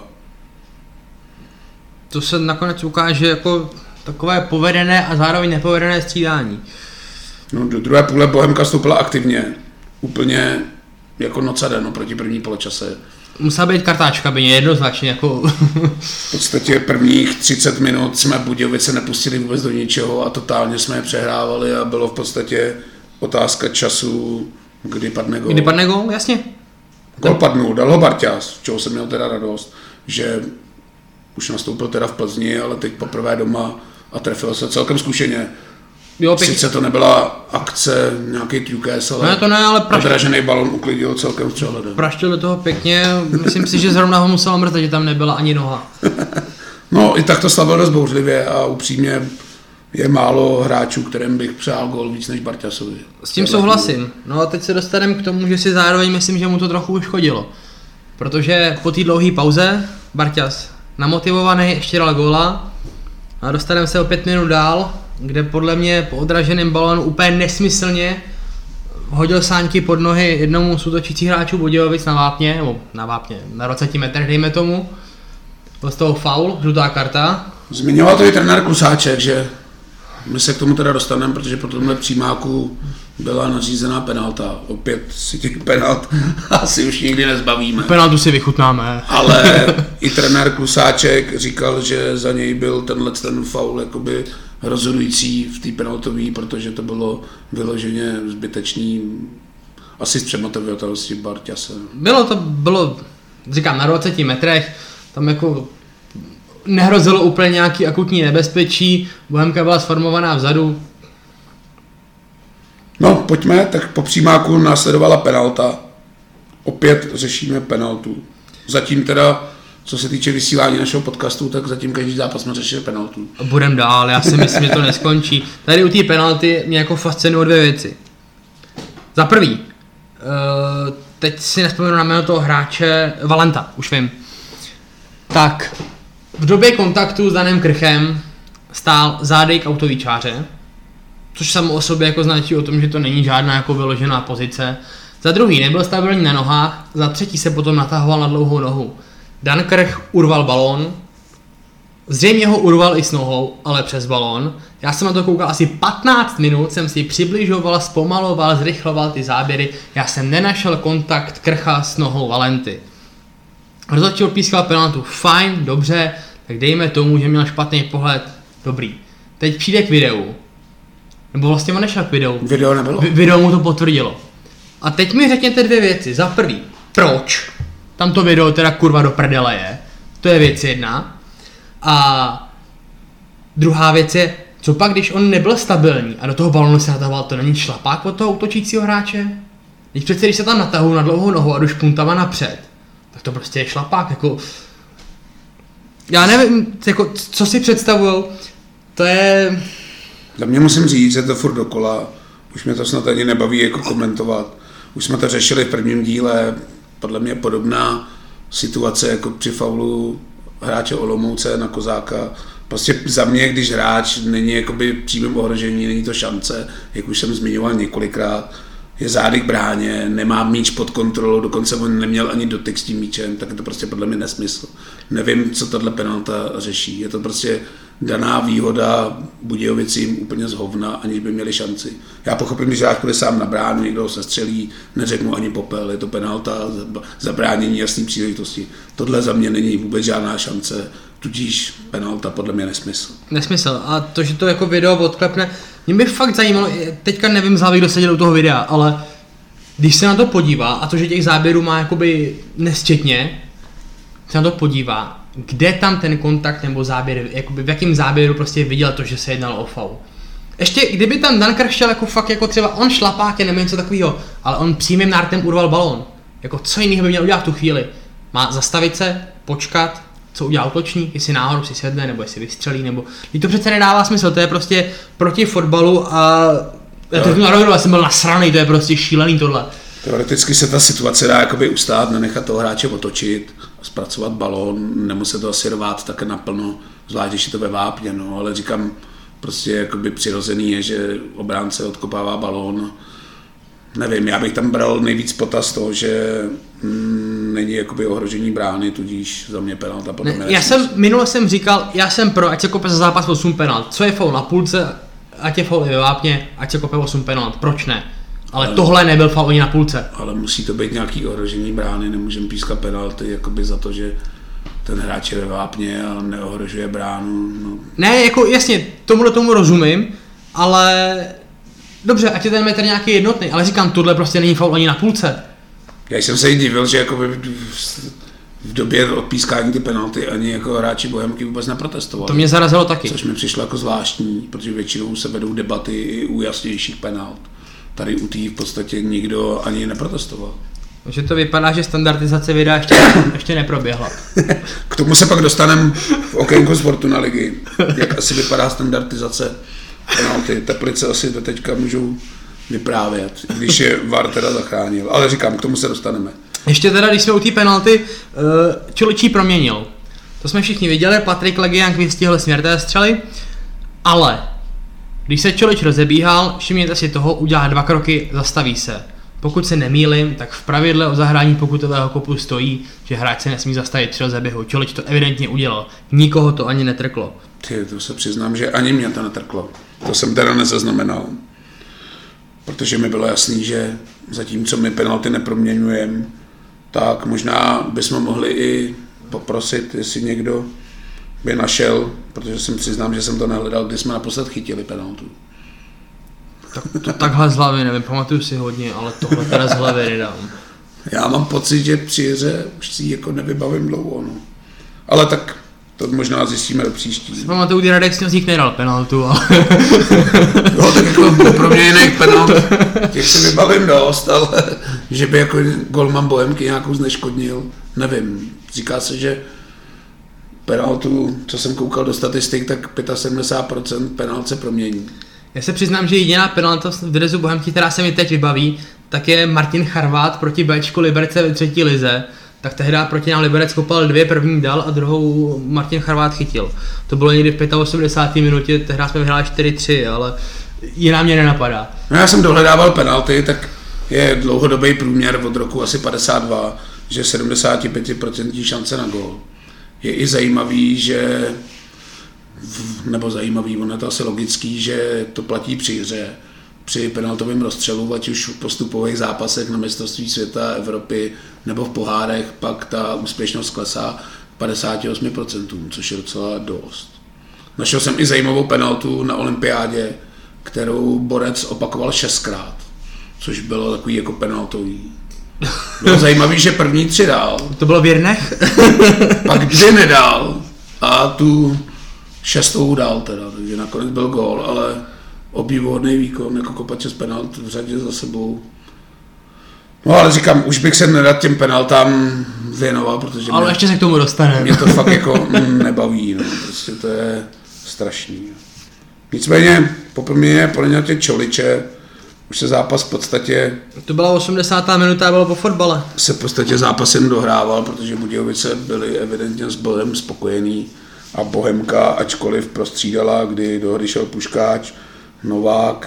To se nakonec ukáže jako takové povedené a zároveň nepovedené střídání. No, do druhé půle Bohemka stoupila aktivně, úplně jako noc a den proti první poločase. Musela být kartáčka, by jednoznačně jako... V podstatě prvních třicet minut jsme Budějovice nepustili vůbec do ničeho a totálně jsme je přehrávali a bylo v podstatě otázka času, kdy padne gól. Kdy padne gól, jasně. Gól padnul, dal ho Barťas, čeho jsem měl teda radost, že už nastoupil teda v Plzni, ale teď poprvé doma a trefil se celkem zkušeně. Jo, sice to nebyla akce, nějaký ťukés, ale, ne, to ne, ale praštil, odražený balon uklidil celkem s přehledem. Praštil do toho pěkně, myslím si, že zrovna ho muselo mrzet, že tam nebyla ani noha. No i tak to slavil dost bouřlivě a upřímně je málo hráčů, kterým bych přál gól víc než Barťasovi. S tím souhlasím. No a teď se dostaneme k tomu, že si zároveň myslím, že mu to trochu uškodilo. Protože po té dlouhé pauze Barťas namotivovaný ještě dal góla a dostaneme se o pět minut dál, kde podle mě po odraženém balónu úplně nesmyslně hodil sáňky pod nohy jednomu z útočících hráčů Budějovic na vápně, nebo na vápně, na dvaceti metrech dejme tomu. Byl z toho faul, žlutá karta. Zmiňoval to i trenér Klusáček, že my se k tomu teda dostaneme, protože po tomhle přímáku byla nařízená penalta. Opět si těch penalt asi už nikdy nezbavíme. Penaltu si vychutnáme. Ale i trenér Klusáček říkal, že za něj byl tenhle ten faul jakoby rozhodující v té penaltové, protože to bylo vyloženě zbytečný asi z přemotivovatelnosti Barťase. Bylo to, bylo, říkám, na dvaceti metrech, tam jako nehrozilo úplně nějaký akutní nebezpečí, Bohemka byla sformovaná vzadu. No, pojďme, tak po přímáku následovala penalta. Opět řešíme penaltu. Zatím teda, co se týče vysílání našeho podcastu, tak zatím každý zápas jsme řešili penaltu. Budem dál, já si myslím, že to neskončí. Tady u té penalty mě jako fascinují dvě věci. Za prvý, teď si nespomenu na jméno toho hráče, Valenta, už vím. Tak, v době kontaktu s daným Krchem stál zádej k autový čáře, což samo o sobě jako značí o tom, že to není žádná jako vyložená pozice. Za druhý, nebyl stabilní na nohách, za třetí se potom natahoval na dlouhou nohu. Dan Krch urval balón, zřejmě ho urval i s nohou, ale přes balón. Já jsem na to koukal asi patnáct minut, jsem si přibližoval, zpomaloval, zrychloval ty záběry, já jsem nenašel kontakt Krcha s nohou Valenty. Rozhodčí odpískal penaltu, fajn, dobře, tak dejme tomu, že měl špatný pohled, dobrý. Teď přijde k videu, nebo vlastně on nešel k videu. Video nebylo? V- video mu to potvrdilo. A teď mi řekněte dvě věci, za prvý, proč tam to video teda kurva do prdele je, to je věc jedna. A druhá věc je, co pak, když on nebyl stabilní a do toho balonu se natahoval, to není šlapák od toho útočícího hráče? Když přece, když se tam natahují na dlouhou nohu a jdu špuntama napřed, tak to prostě je šlapák, jako... Já nevím, jako, co si představujou, to je... Za mě musím říct, že to furt dokola, už mě to snad ani nebaví jako komentovat. Už jsme to řešili v prvním díle, podle mě podobná situace jako při faulu hráče Olomouce na Kozáka. Prostě za mě, když hráč není jakoby přímým ohrožení, není to šance, jak už jsem zmiňoval několikrát, je zády k bráně, nemá míč pod kontrolou, dokonce on neměl ani dotyk s tím míčem, tak je to prostě podle mě nesmysl. Nevím, co tahle penalta řeší. Je to prostě daná výhoda Budějovicím úplně z hovna, aniž by měli šanci. Já pochopím, když hráč půjde sám na bránu, někdo se střelí, neřeknu ani popel, je to penalta, zabránění jasný příležitosti. Tohle za mě není vůbec žádná šance. tudíž penalta podle mě nesmysl. Nesmysl. A to, že to jako video odklepne, mě by fakt zajímalo, teďka nevím z hlavy, kdo seděl u toho videa, ale když se na to podívá, a to, že těch záběrů má jakoby nesčetně, se na to podívá, kde tam ten kontakt nebo záběr, jakoby v jakém záběru prostě viděl to, že se jednalo o faul. Ještě kdyby tam Dunker šel jako fakt jako třeba on šlapákem nebo něco takového, ale on přímým nártem urval balón. Jako co jiného by měl udělat v tu chvíli? Má zastavit se, počkat, co udělá útočník, jestli náhodou si sedne, nebo jestli vystřelí, nebo... Když to přece nedává smysl, to je prostě proti fotbalu a... Já to na rovinu, já jsem byl nasranej, to je prostě šílený tohle. Teoreticky se ta situace dá jakoby ustát, nenechat toho hráče otočit, zpracovat balón, nemuset to asi rvát také naplno, zvlášť když je to ve vápně, no, ale říkám, prostě jakoby přirozený je, že obránce odkopává balón. Nevím, já bych tam bral nejvíc potaz toho, že mm, není jakoby ohrožení brány, tudíž za mě penalta podle mě. Já jsem, minule jsem říkal, já jsem pro, ať se kope za zápas osm penalt. Co je faul na půlce, ať je faul i ve vápně, ať se kope osm penalt. Proč ne? Ale, ale tohle nebyl faul ani na půlce. Ale musí to být nějaký ohrožení brány, nemůžeme pískat penalty jakoby za to, že ten hráč je ve vápně a neohrožuje bránu. No. Ne, jako jasně, tomuhle tomu rozumím, ale dobře, ať je ten metr nějaký jednotný, ale říkám, tohle prostě není faul ani na půlce. Já jsem se jí divil, že jakoby v době odpískání ty penalty ani jako hráči Bohemky vůbec neprotestovali. To mě zarazilo taky. Což mi přišlo jako zvláštní, protože většinou se vedou debaty i u jasnějších penalt. Tady u tý v podstatě nikdo ani neprotestoval. Takže to vypadá, že standardizace videa ještě, ještě neproběhla. K tomu se pak dostaneme v okénku sportu na ligy. Jak asi vypadá standardizace penalty. Teplice asi do teďka můžou vyprávět, když je V A R teda zachránil. Ale říkám, k tomu se dostaneme. Ještě teda, když jsme u té penalty, Čoličí proměnil. To jsme všichni viděli, Patrik Legiank vystihl směr té střely, ale když se Čolič rozebíhal, všimněte si toho, udělá dva kroky, zastaví se. Pokud se nemýlim, tak v pravidle o zahrání pokutového kopu stojí, že hráč se nesmí zastavit při rozeběhu. Čolič to evidentně udělal. Nikoho to ani netrklo. Ty, to se přiznám, že ani mě to netrklo. To jsem teda nezaznamenal. Protože mi bylo jasný, že zatímco my penalty neproměňujeme, tak možná bychom mohli i poprosit, jestli někdo by našel, protože jsem přiznám, že jsem to nehledal, když jsme naposled chytili penaltu. Tak, to takhle z hlavy nevím, pamatuju si hodně, ale tohle teda z hlavy nedám. Já mám pocit, že při hře už si jako nevybavím dlouho, no. Ale tak to možná zjistíme do příští. Si pamatuju, kdy Radek Snězík nedal penaltu, ale... No tak jako pro mě jiných penalt, těch si vybavím dost, ale že by jako golman Bohemky nějakou zneškodnil, nevím. Říká se, že penaltu, co jsem koukal do statistik, tak sedmdesát pět procent penalt se promění. Já se přiznám, že jediná penalta v dresu Bohemky, která se mi teď vybaví, tak je Martin Charvát proti Bčku Liberce ve třetí lize. Tak tehdy proti nám Liberec kopal dvě, první dal a druhou Martin Charvát chytil. To bylo někdy v osmdesáté páté minutě, tehdy jsme vyhráli čtyři tři, ale jiná mě nenapadá. No já jsem dohledával penalty, tak je dlouhodobý průměr od roku asi padesát dva, že sedmdesát pět procent šance na gól. Je i zajímavý, že nebo zajímavý, ono je to asi logický, že to platí při hře, při penaltovém rozstřelu, ať už v postupových zápasech na mistrovství světa, Evropy nebo v pohárech, pak ta úspěšnost klesá k padesát osm procent, což je docela dost. Našel jsem i zajímavou penaltu na olympiádě, kterou borec opakoval šestkrát, což bylo takový jako penaltový. Bylo zajímavý, že první tři dál. To bylo věrnech? Pak dvě nedal a tu šestou dál teda, takže nakonec byl gól, ale obdivuhodný výkon, jako kopat šest penalt v řadě za sebou. No ale říkám, už bych se nerad těm penaltám věnoval, protože ale mě, ještě se k tomu dostaneme. Mě to fakt jako nebaví, no, prostě to je strašný. Nicméně, po mě podle tě Čoliče, už se zápas v podstatě... To byla osmdesátá minuta a bylo po fotbale. Se v podstatě zápas jen dohrával, protože Budějovice byli evidentně s bodem spokojený a Bohemka, ačkoliv prostřídala, kdy do hry šel Puškáč, Novák,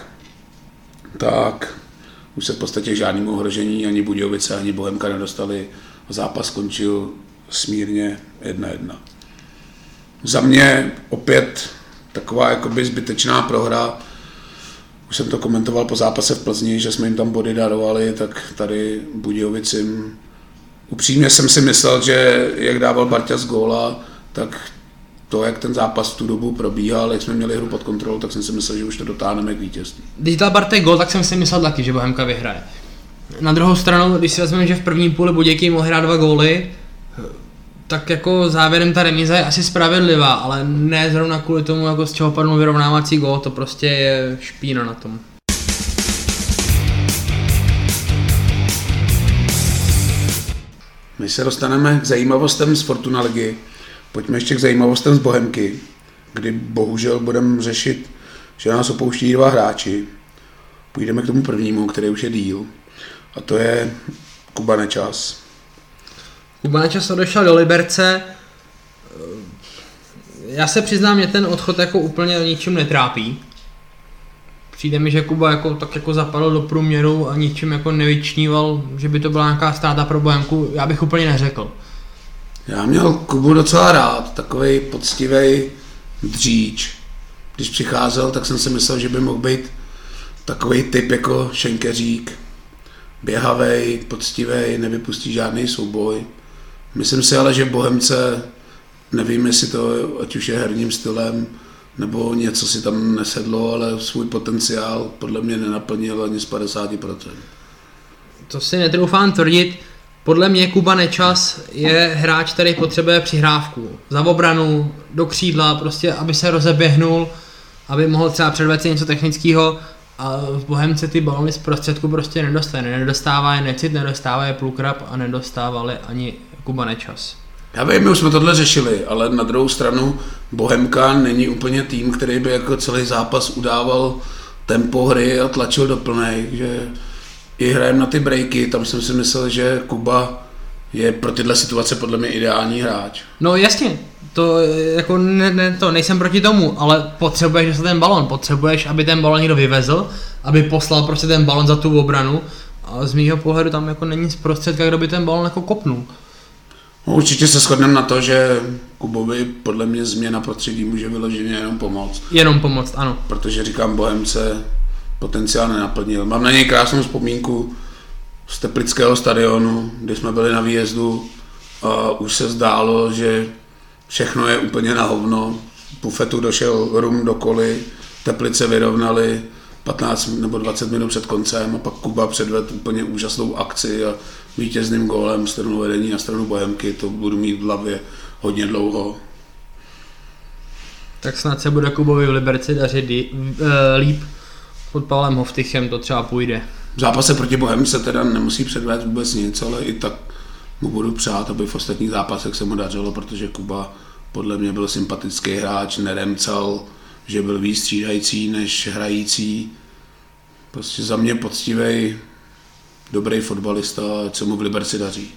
tak už se v podstatě žádnému ohrožení ani Budějovice, ani Bohemka nedostali. Zápas skončil smírně jedna jedna. Za mě opět taková jakoby zbytečná prohra. Už jsem to komentoval po zápase v Plzni, že jsme jim tam body darovali, tak tady Budějovicím. Upřímně jsem si myslel, že jak dával Barťa z góla, tak to, jak ten zápas v tu dobu probíhal, jak jsme měli hru pod kontrolou, tak jsem si myslel, že už to dotáhneme k vítězství. Když dal Bartek gól, tak jsem si myslel taky, že Bohemka vyhraje. Na druhou stranu, když si vezmeme, že v první půli Budějky mohli hrát dva góly, tak jako závěrem ta remíza je asi spravedlivá, ale ne zrovna kvůli tomu, jako z čeho padl vyrovnávací gól, to prostě je špína na tom. My se dostaneme k zajímavostem z Fortuna ligy. Pojďme ještě k zajímavostem z Bohemky, kdy bohužel budeme řešit, že nás opouští dva hráči. Půjdeme k tomu prvnímu, který už je díl, a to je Kuba Nečas. Kuba Nečas odešel do Liberce. Já se přiznám, mě ten odchod jako úplně ničím netrápí. Přijde mi, že Kuba jako, tak jako zapadl do průměru a ničím jako nevyčníval, že by to byla nějaká ztráta pro Bohemku, já bych úplně neřekl. Já měl Kubu docela rád, takovej poctivej dříč. Když přicházel, tak jsem si myslel, že by mohl být takovej typ jako Šenkeřík. Běhavej, poctivej, nevypustí žádný souboj. Myslím si ale, že Bohemce, nevím, jestli to, ať už je herním stylem, nebo něco si tam nesedlo, ale svůj potenciál podle mě nenaplnil ani z padesát procent. To si netroufám tvrdit. Podle mě Kuba Nečas je hráč, který potřebuje přihrávku. Za obranu, do křídla, prostě aby se rozeběhnul, aby mohl třeba předvést něco technického, a v Bohemce ty balony z prostředku prostě nedostane. Nedostává je Necit, nedostává je Plukrab a nedostávali ani Kuba Nečas. Já vím, my už jsme tohle řešili, ale na druhou stranu Bohemka není úplně tým, který by jako celý zápas udával tempo hry a tlačil do plnej, že i hrajeme na ty breaky, tam jsem si myslel, že Kuba je pro tyhle situace podle mě ideální hráč. No jasně, to jako ne, ne, to nejsem proti tomu, ale potřebuješ dostat ten balon, potřebuješ, aby ten balon někdo vyvezl, aby poslal prostě ten balon za tu obranu, a z mýho pohledu tam jako není z prostředka, kdo by ten balon jako kopnul. No, určitě se shodneme na to, že Kubovi podle mě změna prostředí může vyloženě jenom pomoct. Jenom pomoct, ano. Protože říkám, Bohemce potenciál nenaplnil. Mám na něj krásnou vzpomínku z Teplického stadionu, kdy jsme byli na výjezdu a už se zdálo, že všechno je úplně na hovno. V bufetu došel rum do koly, Teplice vyrovnali patnáct nebo dvacet minut před koncem a pak Kuba předvedl úplně úžasnou akci a vítězným gólem stranu vedení na stranu Bohemky, to budu mít v hlavě hodně dlouho. Tak snad se bude Kubovi v Liberci dařit dí, uh, líp. Pod Pavlem Hoftychem to třeba půjde. V zápase proti Bohemce teda nemusí předvést vůbec nic, ale i tak mu budu přát, aby v ostatních zápasech se mu dařilo, protože Kuba podle mě byl sympatický hráč, neremcal, že byl víc střídající než hrající. Prostě za mě poctivý, dobrý fotbalista, ať se mu v Liberci daří.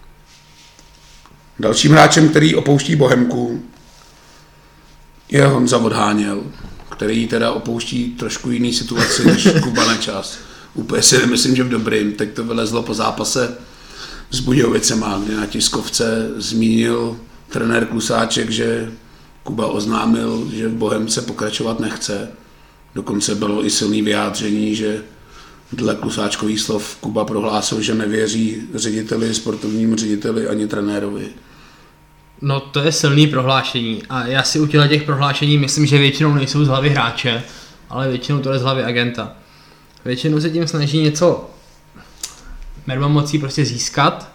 Dalším hráčem, který opouští Bohemku, je Honza Odháněl, který teda opouští trošku jiný situaci než Kuba Nečas. Úplně si nemyslím, že v dobrým. Teď to vylezlo po zápase s Budějovicema, kdy na tiskovce zmínil trenér Klusáček, že Kuba oznámil, že v Bohemce pokračovat nechce. Dokonce bylo i silné vyjádření, že dle Klusáčkových slov Kuba prohlásil, že nevěří řediteli, sportovnímu řediteli ani trenérovi. No to je silný prohlášení a já si u těch prohlášení myslím, že většinou nejsou z hlavy hráče, ale většinou to je z hlavy agenta. Většinou se tím snaží něco mermomocí prostě získat.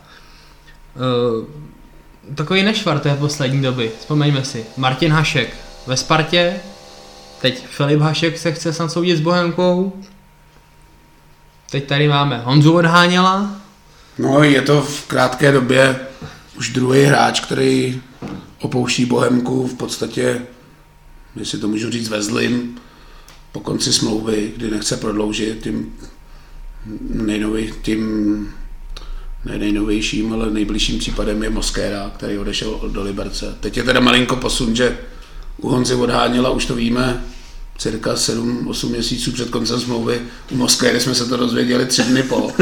E, takový nešvar té poslední doby, vzpomeňme si. Martin Hašek ve Spartě, teď Filip Hašek se chce snad soudit s Bohemkou. Teď tady máme Honzu Odháněla. No je to v krátké době už druhý hráč, který opouští Bohemku v podstatě, jestli to můžu říct, ve zlým, po konci smlouvy, kdy nechce prodloužit tím nejnovej, tím ne nejnovějším, ale nejbližším případem je Mosquera, který odešel do Liberce. Teď je teda malinko posun, že u Honzy Odháněla už to víme cirka sedm osm měsíců před koncem smlouvy. U Mosquery jsme se to dozvěděli tři dny po.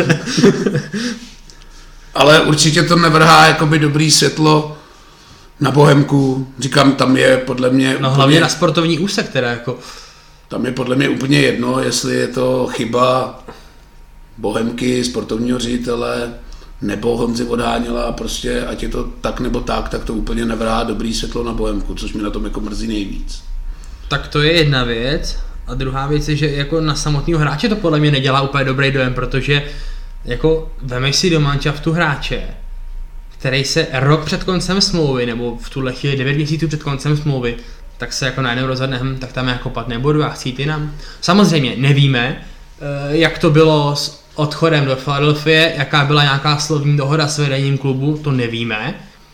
Ale určitě to nevrhá jakoby dobrý světlo na Bohemku. Říkám, tam je podle mě... No hlavně úplně, na sportovní úsek teda jako... Tam je podle mě úplně jedno, jestli je to chyba Bohemky, sportovního ředitele, nebo Honzi odháněla, prostě ať je to tak nebo tak, tak to úplně nevrhá dobrý světlo na Bohemku, což mi na tom jako mrzí nejvíc. Tak to je jedna věc. A druhá věc je, že jako na samotného hráče to podle mě nedělá úplně dobrý dojem, protože jako vemeš si do manšaftu hráče, který se rok před koncem smlouvy, nebo v tuhle chvíli devět měsíců před koncem smlouvy, tak se jako najednou rozhodne, hm, tak tam jako pat nebudu a chci jít jinam. Samozřejmě nevíme, jak to bylo s odchodem do Philadelphie, jaká byla nějaká slovní dohoda s vedením klubu, to nevíme,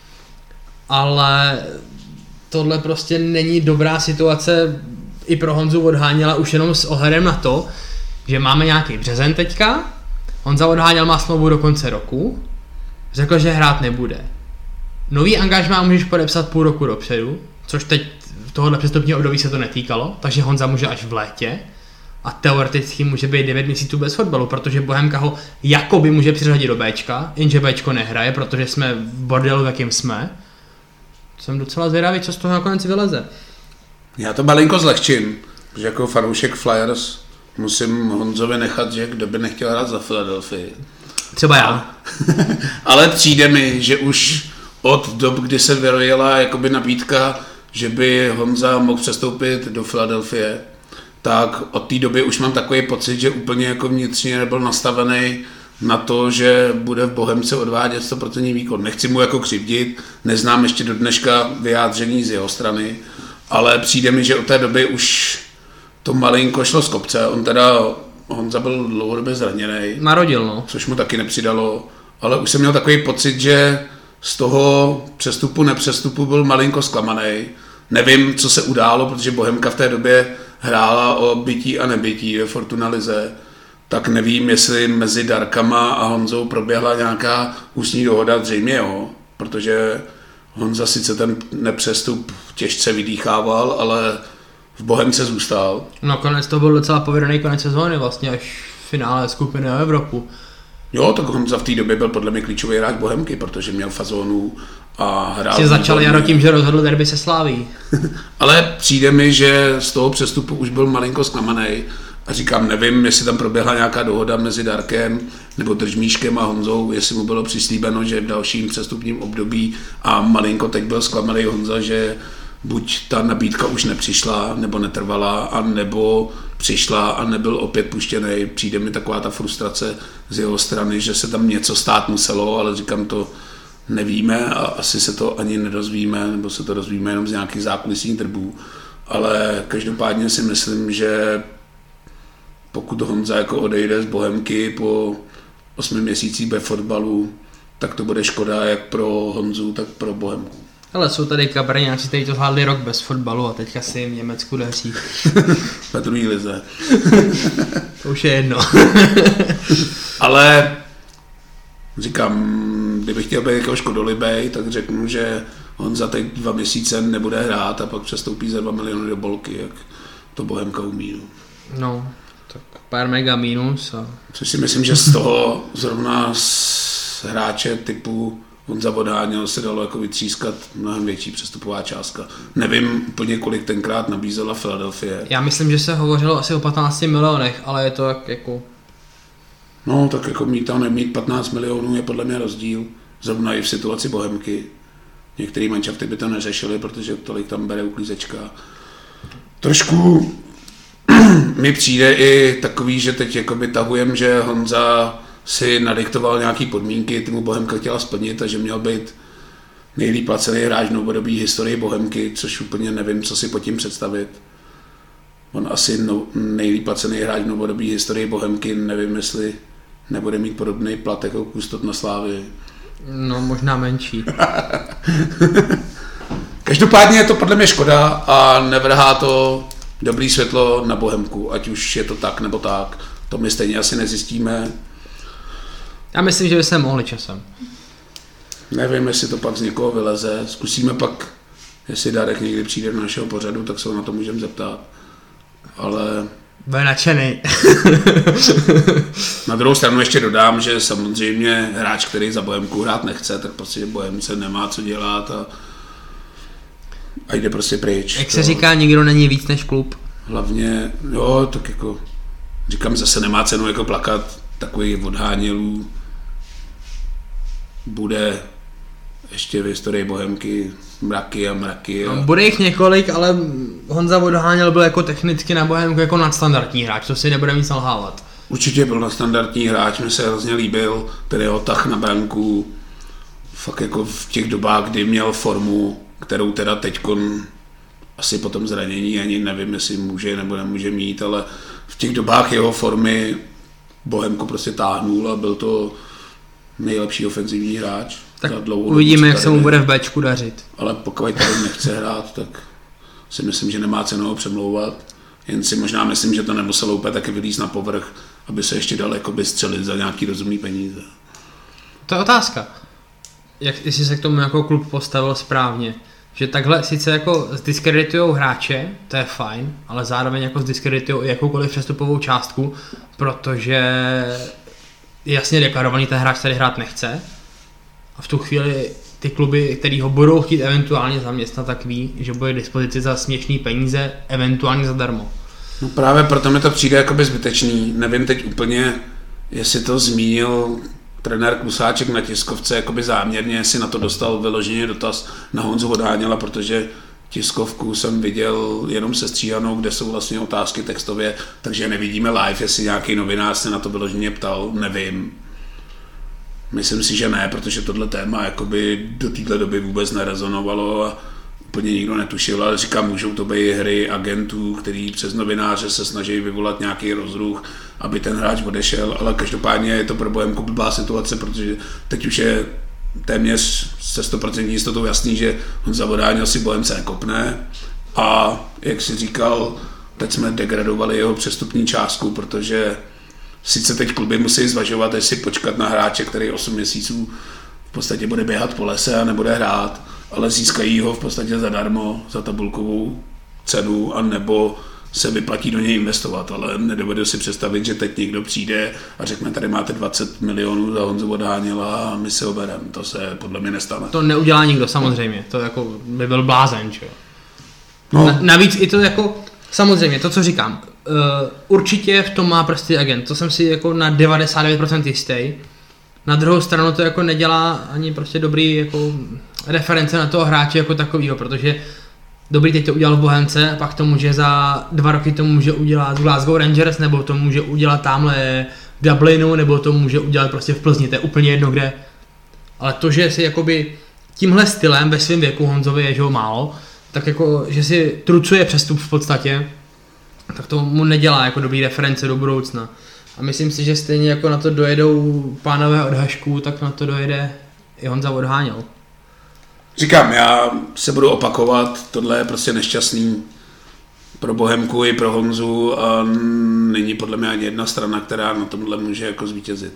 ale tohle prostě není dobrá situace i pro Honzu Odháněla už jenom s ohledem na to, že máme nějaký březen teďka, Honza Odháněl má smlouvu do konce roku, řekl, že hrát nebude. Nový angažmá můžeš podepsat půl roku dopředu, což teď tohohle přestupního období se to netýkalo, takže Honza může až v létě a teoreticky může být devět měsíců bez fotbalu, protože Bohemka ho jakoby může přiřadit do Bčka, jenže Bčko nehraje, protože jsme v bordelu, v jakým jsme. Jsem docela zvědavý, co z toho nakonec vyleze. Já to malinko zlehčím, že jako fanoušek Flyers musím Honzovi nechat, že kdo by nechtěl hrát za Philadelphia. Třeba já. Ale přijde mi, že už od dob, kdy se vyrojila jakoby nabídka, že by Honza mohl přestoupit do Philadelphia, tak od té doby už mám takový pocit, že úplně jako vnitřně nebyl nastavený na to, že bude v Bohemce odvádět sto procent výkon. Nechci mu jako křivdit, neznám ještě do dneška vyjádření z jeho strany, ale přijde mi, že od té doby už to malinko šlo z kopce. On teda, Honza byl dlouhodobě zraněný. Narodil, no. Což mu taky nepřidalo, ale už jsem měl takový pocit, že z toho přestupu, nepřestupu byl malinko zklamaný. Nevím, co se událo, protože Bohemka v té době hrála o bytí a nebytí ve Fortuna lize, tak nevím, jestli mezi Darkama a Honzou proběhla nějaká ústní dohoda, zřejmě jo, protože Honza sice ten nepřestup těžce vydýchával, ale v Bohemce zůstal. No konec to byl docela povedený konec sezóny, vlastně až v finále skupiny o Evropu. Jo, tak Honza v té době byl podle mě klíčový hráč Bohemky, protože měl fazónu a hrál. Si začal Jaro tím, že rozhodl derby se Slaví. Ale přijde mi, že z toho přestupu už byl malinko zklamaný. A říkám, nevím, jestli tam proběhla nějaká dohoda mezi Darkem nebo Držmíškem a Honzou, jestli mu bylo přislíbeno, že v dalším přestupním období a malinko teď byl zklamaný Honza, že buď ta nabídka už nepřišla, nebo netrvala, a nebo přišla a nebyl opět puštěný. Přijde mi taková ta frustrace z jeho strany, že se tam něco stát muselo, ale říkám, to nevíme a asi se to ani nedozvíme, nebo se to dozvíme jenom z nějakých zákulisních drbů. Ale každopádně si myslím, že pokud Honza jako odejde z Bohemky po osmi měsících bez fotbalu, tak to bude škoda jak pro Honzu, tak pro Bohemku. Ale jsou tady kabrňáci, kteří to zvládli rok bez fotbalu a teďka si jim v Německu daří. Ve druhý lize. To už je jedno. Ale říkám, kdybych chtěl být jako škodolibej, tak řeknu, že Honza teď dva měsíce nebude hrát a pak přestoupí za dva miliony do Bolky, jak to Bohemka umí. No, tak pár mega minus. A... Což si myslím, že z toho zrovna z hráče typu Honza Odháněl se dalo jako vytřískat mnohem větší přestupová částka. Nevím úplně, kolik tenkrát nabízela Philadelphia. Já myslím, že se hovořilo asi o patnácti milionech, ale je to jak jako... No, tak jako mít a nemít patnáct milionů je podle mě rozdíl. Zrovna i v situaci Bohemky. Některý manšafty by to neřešili, protože tolik tam bere uklízečka. Trošku mi přijde i takový, že teď jakoby tahujem, že Honza si nadiktoval nějaký podmínky, ty mu Bohemka chtěla splnit a že měl být nejlíp placený hráč v novodobí historii Bohemky, což úplně nevím, co si pod tím představit. On asi no, nejlíp placený hráč v novodobí historii Bohemky, nevím, jestli nebude mít podobný plat jako Kustot na Slávii. No, možná menší. Každopádně je to podle mě škoda a nevrhá to dobrý světlo na Bohemku, ať už je to tak nebo tak. To my stejně asi nezjistíme. Já myslím, že by se mohli časem. Nevím, jestli to pak z někoho vyleze. Zkusíme pak, jestli Darek někdy přijde do našeho pořadu, tak se ho na to můžeme zeptat. Ale... Bude nadšený. Na druhou stranu ještě dodám, že samozřejmě hráč, který za Bohemku hrát nechce, tak prostě Bohemce nemá co dělat a, a jde prostě pryč. Jak se to... říká, nikdo není víc než klub. Hlavně, jo, tak jako říkám, zase nemá cenu jako plakat takových Odhánělů. bude ještě v historii Bohemky mraky a mraky. A... Bude jich několik, ale Honza Vodoháněl byl jako technicky na Bohemku jako nadstandardní hráč, to si nebude mít nalhávat. Určitě byl nadstandardní hráč, mi se hrozně líbil, ten jeho tah na branku, fakt jako v těch dobách, kdy měl formu, kterou teda teďkon asi po tom zranění ani nevím, jestli může nebo nemůže mít, ale v těch dobách jeho formy Bohemku prostě táhnul a byl to nejlepší ofenzivní hráč. Tak uvidíme, jak se mu bude v Bčku dařit. Ale pokud tady nechce hrát, tak si myslím, že nemá cenu ho přemlouvat. Jen si možná myslím, že to nemuselo úplně taky vylízt na povrch, aby se ještě dal jakoby střelit za nějaký rozumný peníze. To je otázka. Jak, jestli se k tomu jako klub postavil správně. Že takhle sice jako zdiskreditujou hráče, to je fajn, ale zároveň jako zdiskreditujou i jakoukoliv přestupovou částku, protože je jasně deklarovaný, ten hráč tady hrát nechce. A v tu chvíli ty kluby, který ho budou chtít eventuálně zaměstnat, tak ví, že bude k dispozici za směšný peníze, eventuálně zadarmo. No právě proto mi to přijde jakoby zbytečný. Nevím teď úplně, jestli to zmínil trenér Klusáček na tiskovce jakoby záměrně, jestli na to dostal vyloženě dotaz na Honzu Vodáněla, protože tiskovku jsem viděl jenom sestříhanou, kde jsou vlastně otázky textově, takže nevidíme live, jestli nějaký novinář se na to vyloženě ptal, nevím. Myslím si, že ne, protože tohle téma jakoby do téhle doby vůbec nerezonovalo a úplně nikdo netušil, ale říkám, můžou to být hry agentů, který přes novináře se snaží vyvolat nějaký rozruch, aby ten hráč odešel, ale každopádně je to pro Bohemku blbá situace, protože teď už je téměř se sto procent jistotou jasný, že Honza Vodáněl si Bohemce nekopne a jak si říkal, teď jsme degradovali jeho přestupní částku, protože sice teď kluby musí zvažovat, jestli počkat na hráče, který osm měsíců v podstatě bude běhat po lese a nebude hrát, ale získají ho v podstatě zadarmo za tabulkovou cenu a nebo se vyplatí do něj investovat, ale nedovedu si představit, že teď někdo přijde a řekne, tady máte dvacet milionů za Honzu Vodáněla a my si ho bereme. To se podle mě nestane. To neudělá nikdo samozřejmě, to jako by byl blázen, čo? No. Na, navíc i to jako, samozřejmě, to co říkám, uh, určitě v tom má prostě agent, to jsem si jako na devadesát devět procent jistý. Na druhou stranu to jako nedělá ani prostě dobrý jako reference na toho hráče jako takovýho, protože dobrý, teď to udělal v Bohemce, pak to může za dva roky to může udělat v Glasgow Rangers, nebo to může udělat tamhle v Dublinu, nebo to může udělat prostě v Plzni, to je úplně jedno kde. Ale to, že si jakoby tímhle stylem ve svém věku Honzovi je, že ho málo, tak jako, že si trucuje přestup v podstatě, tak to mu nedělá jako dobrý reference do budoucna. A myslím si, že stejně jako na to dojedou pánové od Hašků, tak na to dojede i Honza Vodoháněl. Říkám, já se budu opakovat, tohle je prostě nešťastný pro Bohemku i pro Honzu a není podle mě ani jedna strana, která na tomhle může jako zvítězit.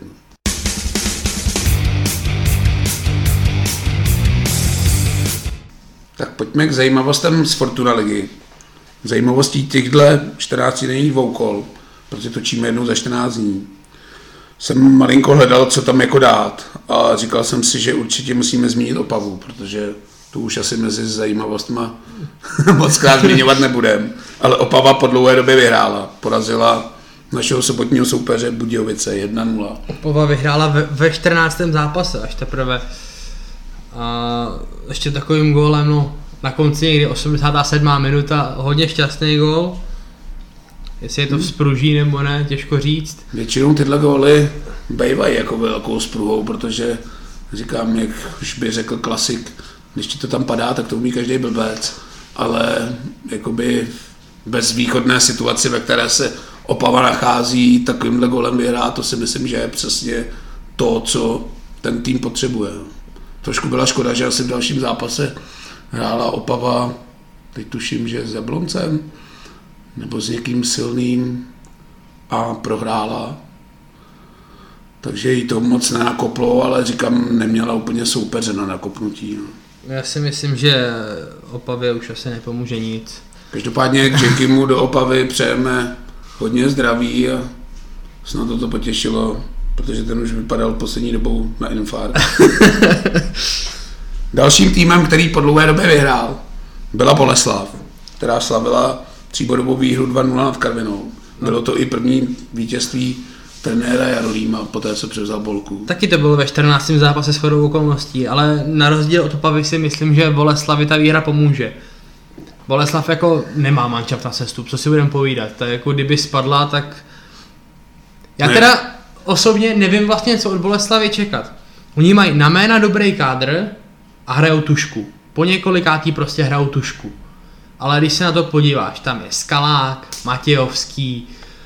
Tak pojďme k zajímavostem z Fortuna ligy. Zajímavostí těchto čtrnáct denních dvoukol, protože točíme jednou za čtrnáct dní. Jsem malinko hledal, co tam jako dát a říkal jsem si, že určitě musíme zmínit Opavu, protože tu už asi mezi zajímavostma moc krát zmiňovat nebudem. Ale Opava po dlouhé době vyhrála, porazila našeho sobotního soupeře Budějovice jedna nula. Opava vyhrála ve, ve čtrnáctém zápase až teprve. A ještě takovým gólem, no, na konci někdy osmdesátá sedmá minuta, hodně šťastný gól. Jestli je to vzpruží nebo ne, těžko říct. Většinou tyhle góly bývají jako velkou spruhou, protože říkám, jak už by řekl klasik, když ti to tam padá, tak to umí každý blbec, ale jakoby bez východné situaci, ve které se Opava nachází, takovýmhle gólem vyhrát, to si myslím, že je přesně to, co ten tým potřebuje. Trošku byla škoda, že asi v dalším zápase hrála Opava, teď tuším, že s Jabloncem, nebo s někým silným a prohrála. Takže jí to moc nenakoplo, ale říkám, neměla úplně soupeře na nakopnutí. No. Já si myslím, že Opavě už asi nepomůže nic. Každopádně k Jenkimu do Opavy přejeme hodně zdraví a snad to potěšilo, protože ten už vypadal poslední dobou na infarkt. Dalším týmem, který po dlouhé době vyhrál, byla Boleslav, která slavila tříbodovou výhru dva nula nad Karvinou. Bylo to i první vítězství trenéra Jarolíma poté, co převzal Bolku. Taky to bylo ve čtrnáctém zápase shodou okolností, ale na rozdíl od Opavy si myslím, že Boleslavi ta výhra pomůže. Boleslav jako nemá mančaft na sestup, co si budeme povídat, to je jako kdyby spadla, tak... Já ne. teda osobně nevím vlastně, co od Boleslavy čekat. Oni mají na jména dobrý kádr a hrajou tušku. Po několikátý prostě hrajou tušku. Ale když se na to podíváš, tam je Skalák, Matějovský,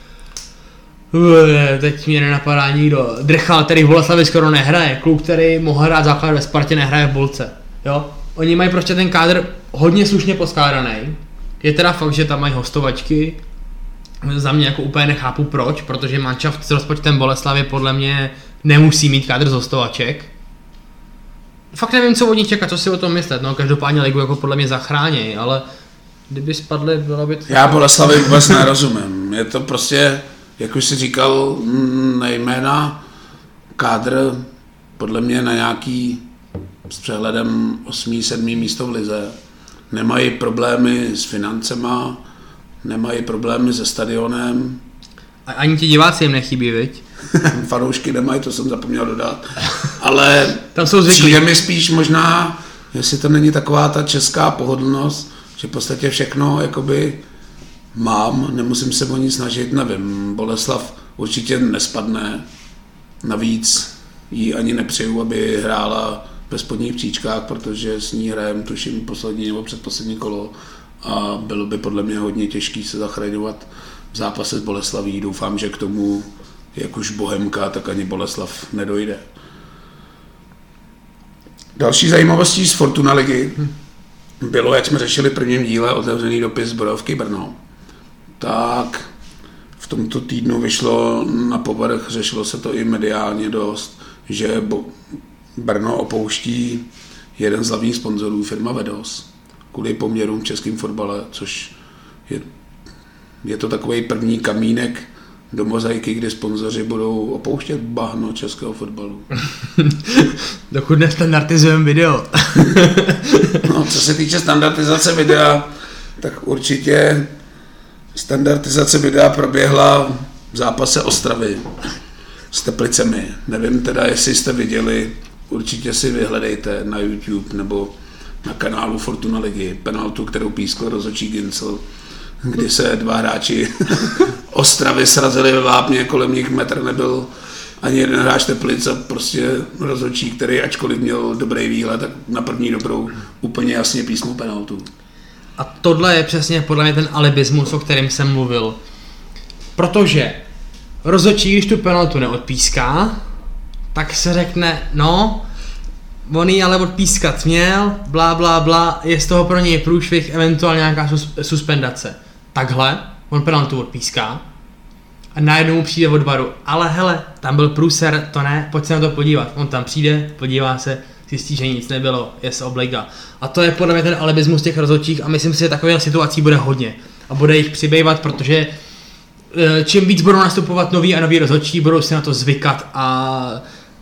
teď mě nenapadá nikdo, Drchal, který v Boleslavi skoro nehraje, kluk, který mohl hrát základ ve Spartě, nehraje v Bolce. Jo? Oni mají prostě ten kádr hodně slušně poskládaný. Je teda fakt, že tam mají hostovačky. Za mě jako úplně nechápu proč, protože manšaft s rozpočtem Boleslavy podle mě nemusí mít kádr z hostovaček. Fakt nevím, co od nich čekat, co si o tom myslet, no každopádně ligu jako podle mě zachrání, ale kdyby spadly, bylo by to... Já Boleslavy vůbec nerozumím, je to prostě, jak už jsi říkal, nejména kádr podle mě na nějaký s přehledem osmý sedmý místo v lize. Nemají problémy s financema, nemají problémy se stadionem. A ani ti diváci jim nechybí, viď? Fanoušky nemají, to jsem zapomněl dodat. Ale tam jsou zvyklí. Přijde mi spíš možná, jestli to není taková ta česká pohodlnost, že v podstatě všechno jakoby mám, nemusím se o nic snažit, nevím. Boleslav určitě nespadne, navíc jí ani nepřeju, aby hrála ve spodních příčkách, protože s ní hrajem tuším poslední nebo předposlední kolo a bylo by podle mě hodně těžký se zachraňovat v zápase s Boleslaví. Doufám, že k tomu jak už Bohemka, tak ani Boleslav nedojde. Další zajímavostí z Fortuna ligy bylo, jak jsme řešili v prvním díle, otevřený dopis Zbrojovky Brno. Tak v tomto týdnu vyšlo na povrch, řešilo se to i mediálně dost, že Brno opouští jeden z hlavních sponzorů, firma Vedos, kvůli poměrům v českém fotbale, což je, je to takový první kamínek do mozaiky, kdy sponzoři budou opouštět bahno českého fotbalu. Dokud nestandardizujeme video. No, co se týče standardizace videa, tak určitě standardizace videa proběhla v zápase Ostravy s Teplicemi. Nevím teda, jestli jste viděli, určitě si vyhledejte na YouTube nebo na kanálu Fortuna ligy penaltu, kterou pískl rozhodčí Gincel, kdy se dva hráči Ostravy srazili ve vápně, kolem nich metr nebyl ani jeden hráč Teplic a prostě rozhodčí, který ačkoliv měl dobrý výhled, tak na první dobrou úplně jasně písknul penaltu. A tohle je přesně podle mě ten alibismus, o kterém jsem mluvil. Protože rozhodčí, když tu penaltu neodpíská, tak se řekne, no, on ji ale odpískat měl, blá, blá, blá, je z toho pro něj průšvih, eventuálně nějaká sus- suspendace. Takhle, on penaltu odpíská a najednou mu přijde od varu, ale hele, tam byl průser, to ne, pojď se na to podívat. On tam přijde, podívá se, zjistí, že nic nebylo, je se obliga. A to je podle mě ten alibismus těch rozhodčích a myslím si, že takových situací bude hodně. A bude jich přibývat, protože čím víc budou nastupovat noví a noví rozhodčí, budou si na to zvykat a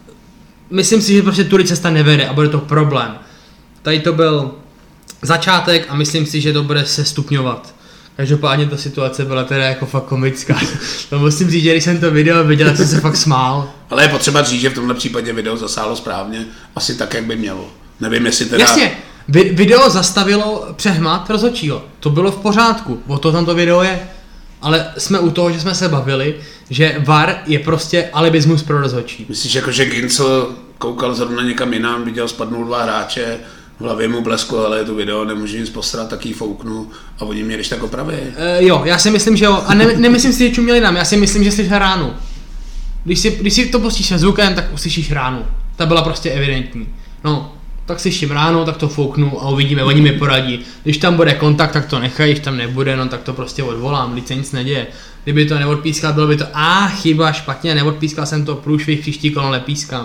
myslím si, že prostě tudy cesta nevede a bude to problém. Tady to byl začátek a myslím si, že to bude se stupňovat. Každopádně ta situace byla teda jako fakt komická. To musím říct, že když jsem to video viděl, tak jsem se fakt smál. Ale je potřeba říct, že v tomhle případě video zasáhlo správně, asi tak, jak by mělo. Nevím, jestli teda... Jasně, vi- video zastavilo přehmat rozhodčího. To bylo v pořádku, o to tam to video je. Ale jsme u toho, že jsme se bavili, že V A R je prostě alibismus pro rozhodčí. Myslíš, jako, že Gincel koukal zrovna někam jinam, viděl spadnout dva hráče, v hlavě mu blesklo, ale je to video, nemůžu nic postrat, tak jí fouknu a oni mě když tak opraví. E, jo, já si myslím, že jo. A ne, nemyslím si, že čuměli nám, já si myslím, že slyšel ránu. Když si, když si to pustíš se zvukem, tak uslyšíš ránu. Ta byla prostě evidentní. No, tak slyším ránu, tak to fouknu a uvidíme, oni mi poradí. Když tam bude kontakt, tak to nechají, když tam nebude, no tak to prostě odvolám, když se nic neděje. Kdyby to neodpískal, bylo by to, a chyba, špatně, neodpískal jsem to, průšvih, příští kolo nepískám.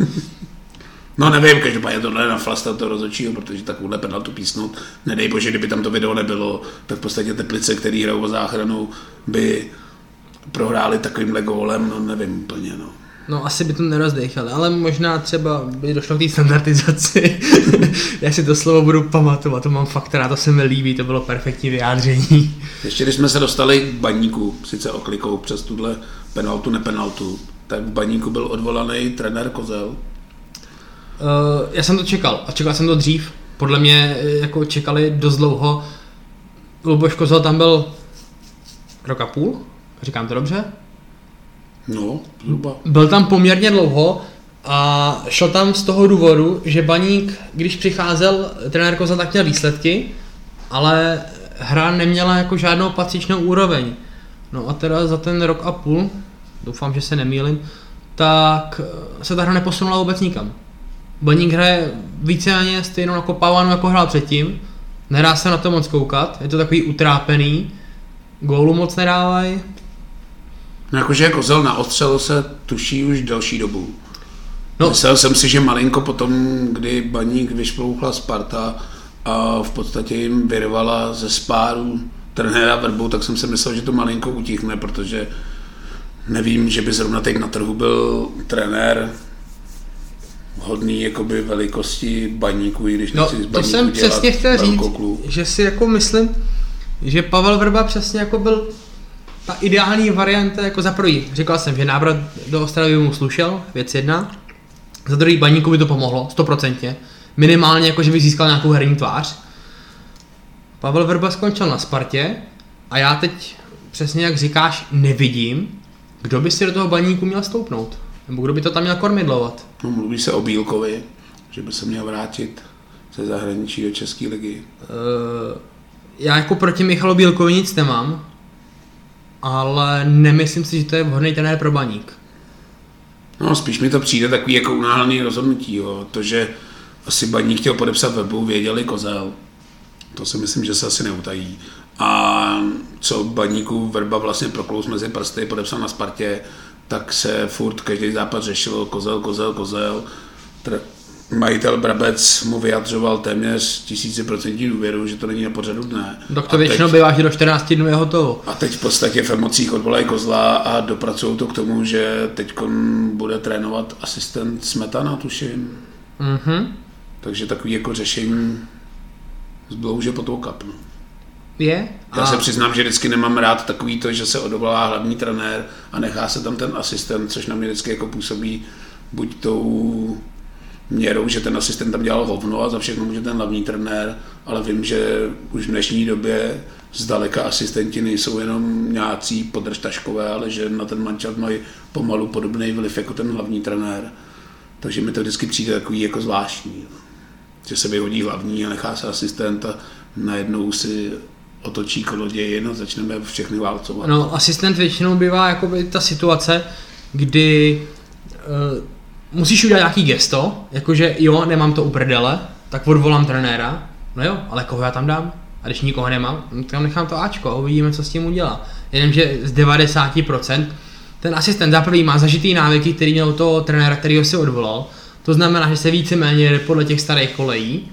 No nevím, každopádně tohle je na flasta toho rozhodčího, protože takovouhle penaltu písknout, nedej bože, kdyby tam to video nebylo, tak v podstatě Teplice, který hrajou o záchranu, by prohráli takovýmhle gólem, no nevím úplně, no. No asi by to nerozdechali, ale možná třeba by došlo k té standardizaci. Já si to slovo budu pamatovat, to mám fakt rád, to se mi líbí, to bylo perfektní vyjádření. Ještě když jsme se dostali k Baníku, sice oklikou přes tuhle penaltu, nepenaltu, tak v Baníku byl odvolaný trenér Kozel. Uh, já jsem to čekal a čekal jsem to dřív. Podle mě jako čekali dost dlouho. Luboš Kozel tam byl rok a půl, říkám to dobře? No, zhruba. Byl tam poměrně dlouho a šel tam z toho důvodu, že Baník, když přicházel trenér Kozel, tak měl výsledky, ale hra neměla jako žádnou patřičnou úroveň. No a teda za ten rok a půl, doufám, že se nemýlím, tak se ta hra neposunula vůbec nikam. Baník hraje víceméně stejnou nakopávanou, jako hrál předtím, nedá se na to moc koukat, je to takový utrápený, gólu moc nedávají. No jakože Kozel naostřel se tuší už delší dobu. No. Myslel jsem si, že malinko potom, kdy Baník vyšplouchla Sparta a v podstatě jim vyrvala ze spáru trenéra Vrbu, tak jsem si myslel, že to malinko utichne, protože nevím, že by zrovna teď na trhu byl trenér hodný jakoby velikosti Baníku, i když no, nechci z Baníku to jsem přesně chtěl říct, že si jako myslím, že Pavel Vrba přesně jako byl ta ideální varianta jako za první. Říkal jsem, že návrat do Ostravy mu slušel, věc jedna. Za druhý Baníku by to pomohlo, stoprocentně. Minimálně jako, že by získal nějakou herní tvář. Pavel Vrba skončil na Spartě a já teď přesně jak říkáš, nevidím, kdo by si do toho Baníku měl stoupnout. Nebo kdo by to tam měl kormidlovat. No, mluví se o Bílkovi, že by se měl vrátit ze zahraničí do České ligy. Uh, já jako proti Michalu Bílkovi nic nemám, ale nemyslím si, že to je vhodný trenér pro Baník. No, spíš mi to přijde takový jako unáhlený rozhodnutí, jo. To, že asi Baník chtěl podepsat Webu, věděli Kozel. To si myslím, že se asi neutají. A co Baníku Vrba vlastně proklous mezi prsty, podepsal na Spartě, tak se furt každý zápas řešilo Kozel, Kozel, Kozel. Tr- majitel Brabec mu vyjadřoval téměř tisíciprocentní důvěru, že to není na pořadu dne. Tak to většinou bývá, že do čtrnácti dnů je hotovo. A teď v podstatě v emocích odvolají Kozla a dopracují to k tomu, že teď bude trénovat asistent Smetana, tuším. Mm-hmm. Takže takový jako řešení zblouže po toho kapnu. Je? Já a... se přiznám, že vždycky nemám rád takový to, že se odvolá hlavní trenér a nechá se tam ten asistent, což na mě vždycky jako působí buď tou měrou, že ten asistent tam dělal hovno a za všechno může ten hlavní trenér, ale vím, že už v dnešní době zdaleka asistenti nejsou jenom nějací podržtaškové, ale že na ten mančat mají pomalu podobný vliv jako ten hlavní trenér. Takže mi to vždycky přijde takový jako zvláštní, že se vyhodí hlavní a nechá se asistent a najednou si otočí kolodějin a začneme všechny válcovat. No, asistent většinou bývá jakoby ta situace, kdy uh, musíš udělat nějaký gesto, jakože jo, nemám to u prdele, tak odvolám trenéra, no jo, ale koho já tam dám? A když nikoho nemám, no, tam nechám to Ačko a uvidíme, co s tím udělá. Jenomže z devadesát procent ten asistent za prvý má zažitý návyky, který měl toho trenéra, kterýho si odvolal, to znamená, že se víceméně jde podle těch starých kolejí.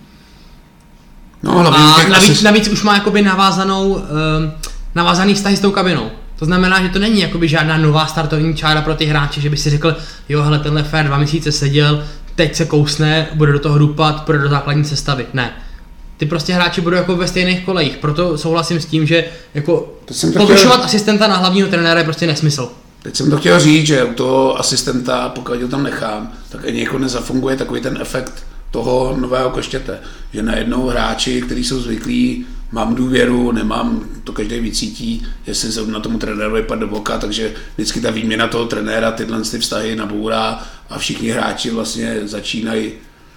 No, a navíc, asist... navíc už má jakoby navázanou, uh, navázaný vztahy s tou kabinou. To znamená, že to není jakoby žádná nová startovní čára pro ty hráče, že by si řekl, jo, hele, tenhle fér dva měsíce seděl, teď se kousne, bude do toho dupat, bude do základní sestavy. Ne. Ty prostě hráči budou jako ve stejných kolejích, proto souhlasím s tím, že jako povyšovat chtěl... asistenta na hlavního trenéra je prostě nesmysl. Teď jsem to chtěl říct, že u toho asistenta, pokud ho tam nechám, tak ani jako nezafunguje takový ten efekt toho nového koštěte, že najednou hráči, kteří jsou zvyklí, mám důvěru, nemám, to každý vycítí, jestli se na tomu trenérovi padne do oka, takže vždycky ta výměna toho trenéra tyhle ty vztahy nabourá a všichni hráči vlastně začínají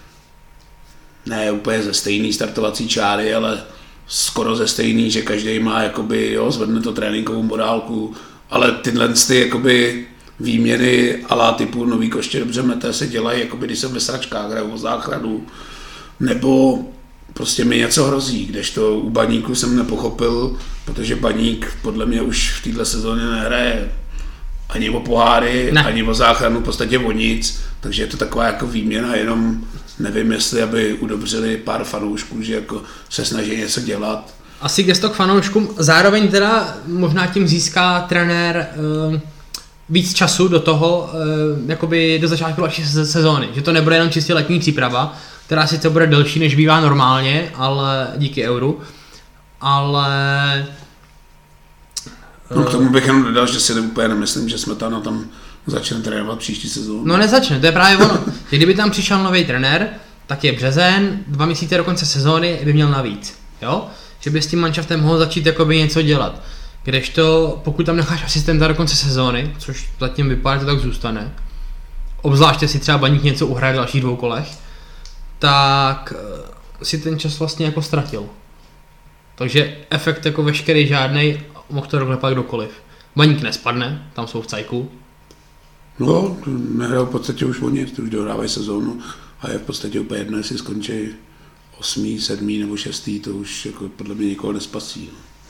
ne úplně ze stejný startovací čáry, ale skoro ze stejný, že každý má jakoby, jo, zvedne to tréninkovou morálku, ale tyhle ty jakoby výměny ala typu nový koště dobře mete se dělají, jakoby když jsem ve sračkách, hraju o záchranu, nebo prostě mi něco hrozí, kdežto u Baníku jsem nepochopil, protože Baník podle mě už v této sezóně nehraje ani o poháry, ne. ani o záchranu, v podstatě o nic, takže je to taková jako výměna, jenom nevím, jestli aby udobřili pár fanoušků, že jako se snaží něco dělat. Asi gesto k fanouškům, zároveň teda možná tím získá trenér uh, víc času do toho, uh, jakoby do začátku další sezóny, že to nebude jenom čistě letní příprava, která sice bude delší, než bývá normálně, ale díky euru, ale No k tomu bych jenom dodal, že si úplně nemyslím, že jsme tam, tam začne trénovat příští sezónu. No nezačne, to je právě ono. Kdyby tam přišel nový trenér, tak je březen, dva měsíce do konce sezóny by měl navíc, jo? Že by s tím manšaftem mohl začít jakoby něco dělat. Kdežto, pokud tam necháš asistenta do konce sezóny, což zatím vypadá, to tak zůstane, obzvláště si třeba Baník něco uhraje v dalších dvou kolech, tak si ten čas vlastně jako ztratil. Takže efekt jako veškerý žádnej, mohl to doklepat kdokoliv. Baník nespadne, tam jsou v cajku. No, nehrál v podstatě už o nic, už dohrávají sezónu a je v podstatě úplně jedno, jestli skončí osmý, sedmý nebo šestý, to už jako podle mě nikoho nespasí.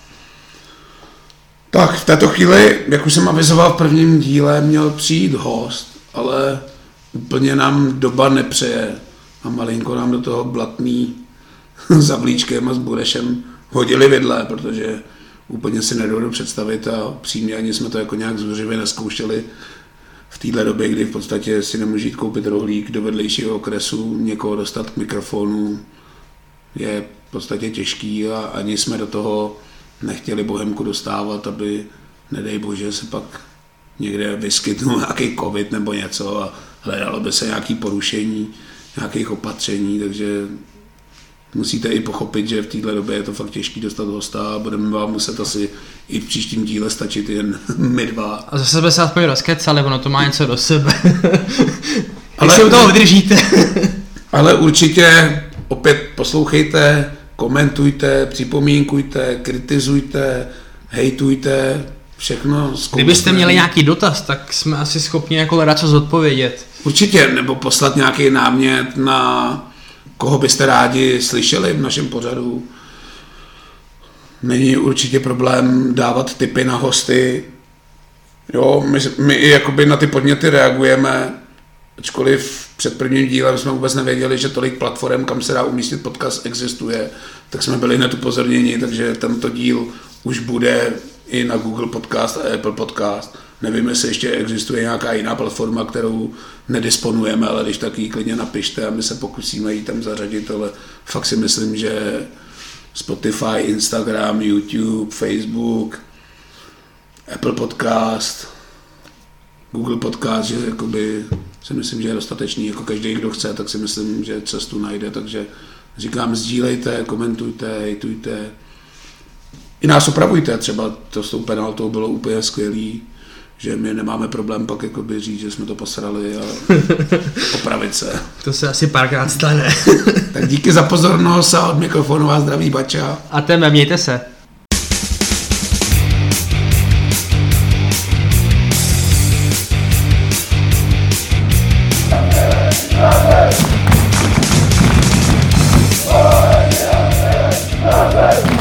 Tak v této chvíli, jak už jsem avizoval v prvním díle, měl přijít host, ale úplně nám doba nepřeje a malinko nám do toho Blatný za Vlíčkem a s Burešem hodili vidle, protože úplně si nedovedu představit a přímě ani jsme to jako nějak zuřivě neskoušeli v téhle době, kdy v podstatě si nemůže jít koupit rohlík do vedlejšího okresu, někoho dostat k mikrofonu je v podstatě těžký a ani jsme do toho nechtěli Bohemku dostávat, aby, nedej bože, se pak někde vyskytnul nějaký covid nebo něco a hledalo by se nějaké porušení nějakých opatření, takže musíte i pochopit, že v této době je to fakt těžký dostat hosta a budeme vám muset asi i v příštím díle stačit jen my dva. A zase jsme se aspoň rozkecali, ono to má něco do sebe. Ale si u toho vydržíte. Ale určitě opět poslouchejte, komentujte, připomínkujte, kritizujte, hejtujte, všechno. Kdybyste měli nějaký dotaz, tak jsme asi schopni jako hledat co zodpovědět. Určitě, nebo poslat nějaký námět na koho byste rádi slyšeli v našem pořadu. Není určitě problém dávat tipy na hosty. Jo, my, my i jakoby na ty podněty reagujeme, ačkoliv před prvním dílem jsme vůbec nevěděli, že tolik platform, kam se dá umístit podcast, existuje, tak jsme byli hned upozorněni, takže tento díl už bude i na Google Podcast a Apple Podcast. Nevím, jestli ještě existuje nějaká jiná platforma, kterou nedisponujeme, ale když tak ji klidně napište a my se pokusíme ji tam zařadit, ale fakt si myslím, že Spotify, Instagram, YouTube, Facebook, Apple Podcast, Google Podcast, že jakoby si myslím, že je dostatečný, jako každý, kdo chce, tak si myslím, že cestu najde, takže říkám, sdílejte, komentujte, hejtujte, i nás opravujte, třeba to s tou penaltou bylo úplně skvělý, že my nemáme problém pak jakoby říct, že jsme to posrali a opravit se. To se asi párkrát stane. Tak díky za pozornost a od mikrofonu vás zdraví Bača. A tebe, mějte se. Hey!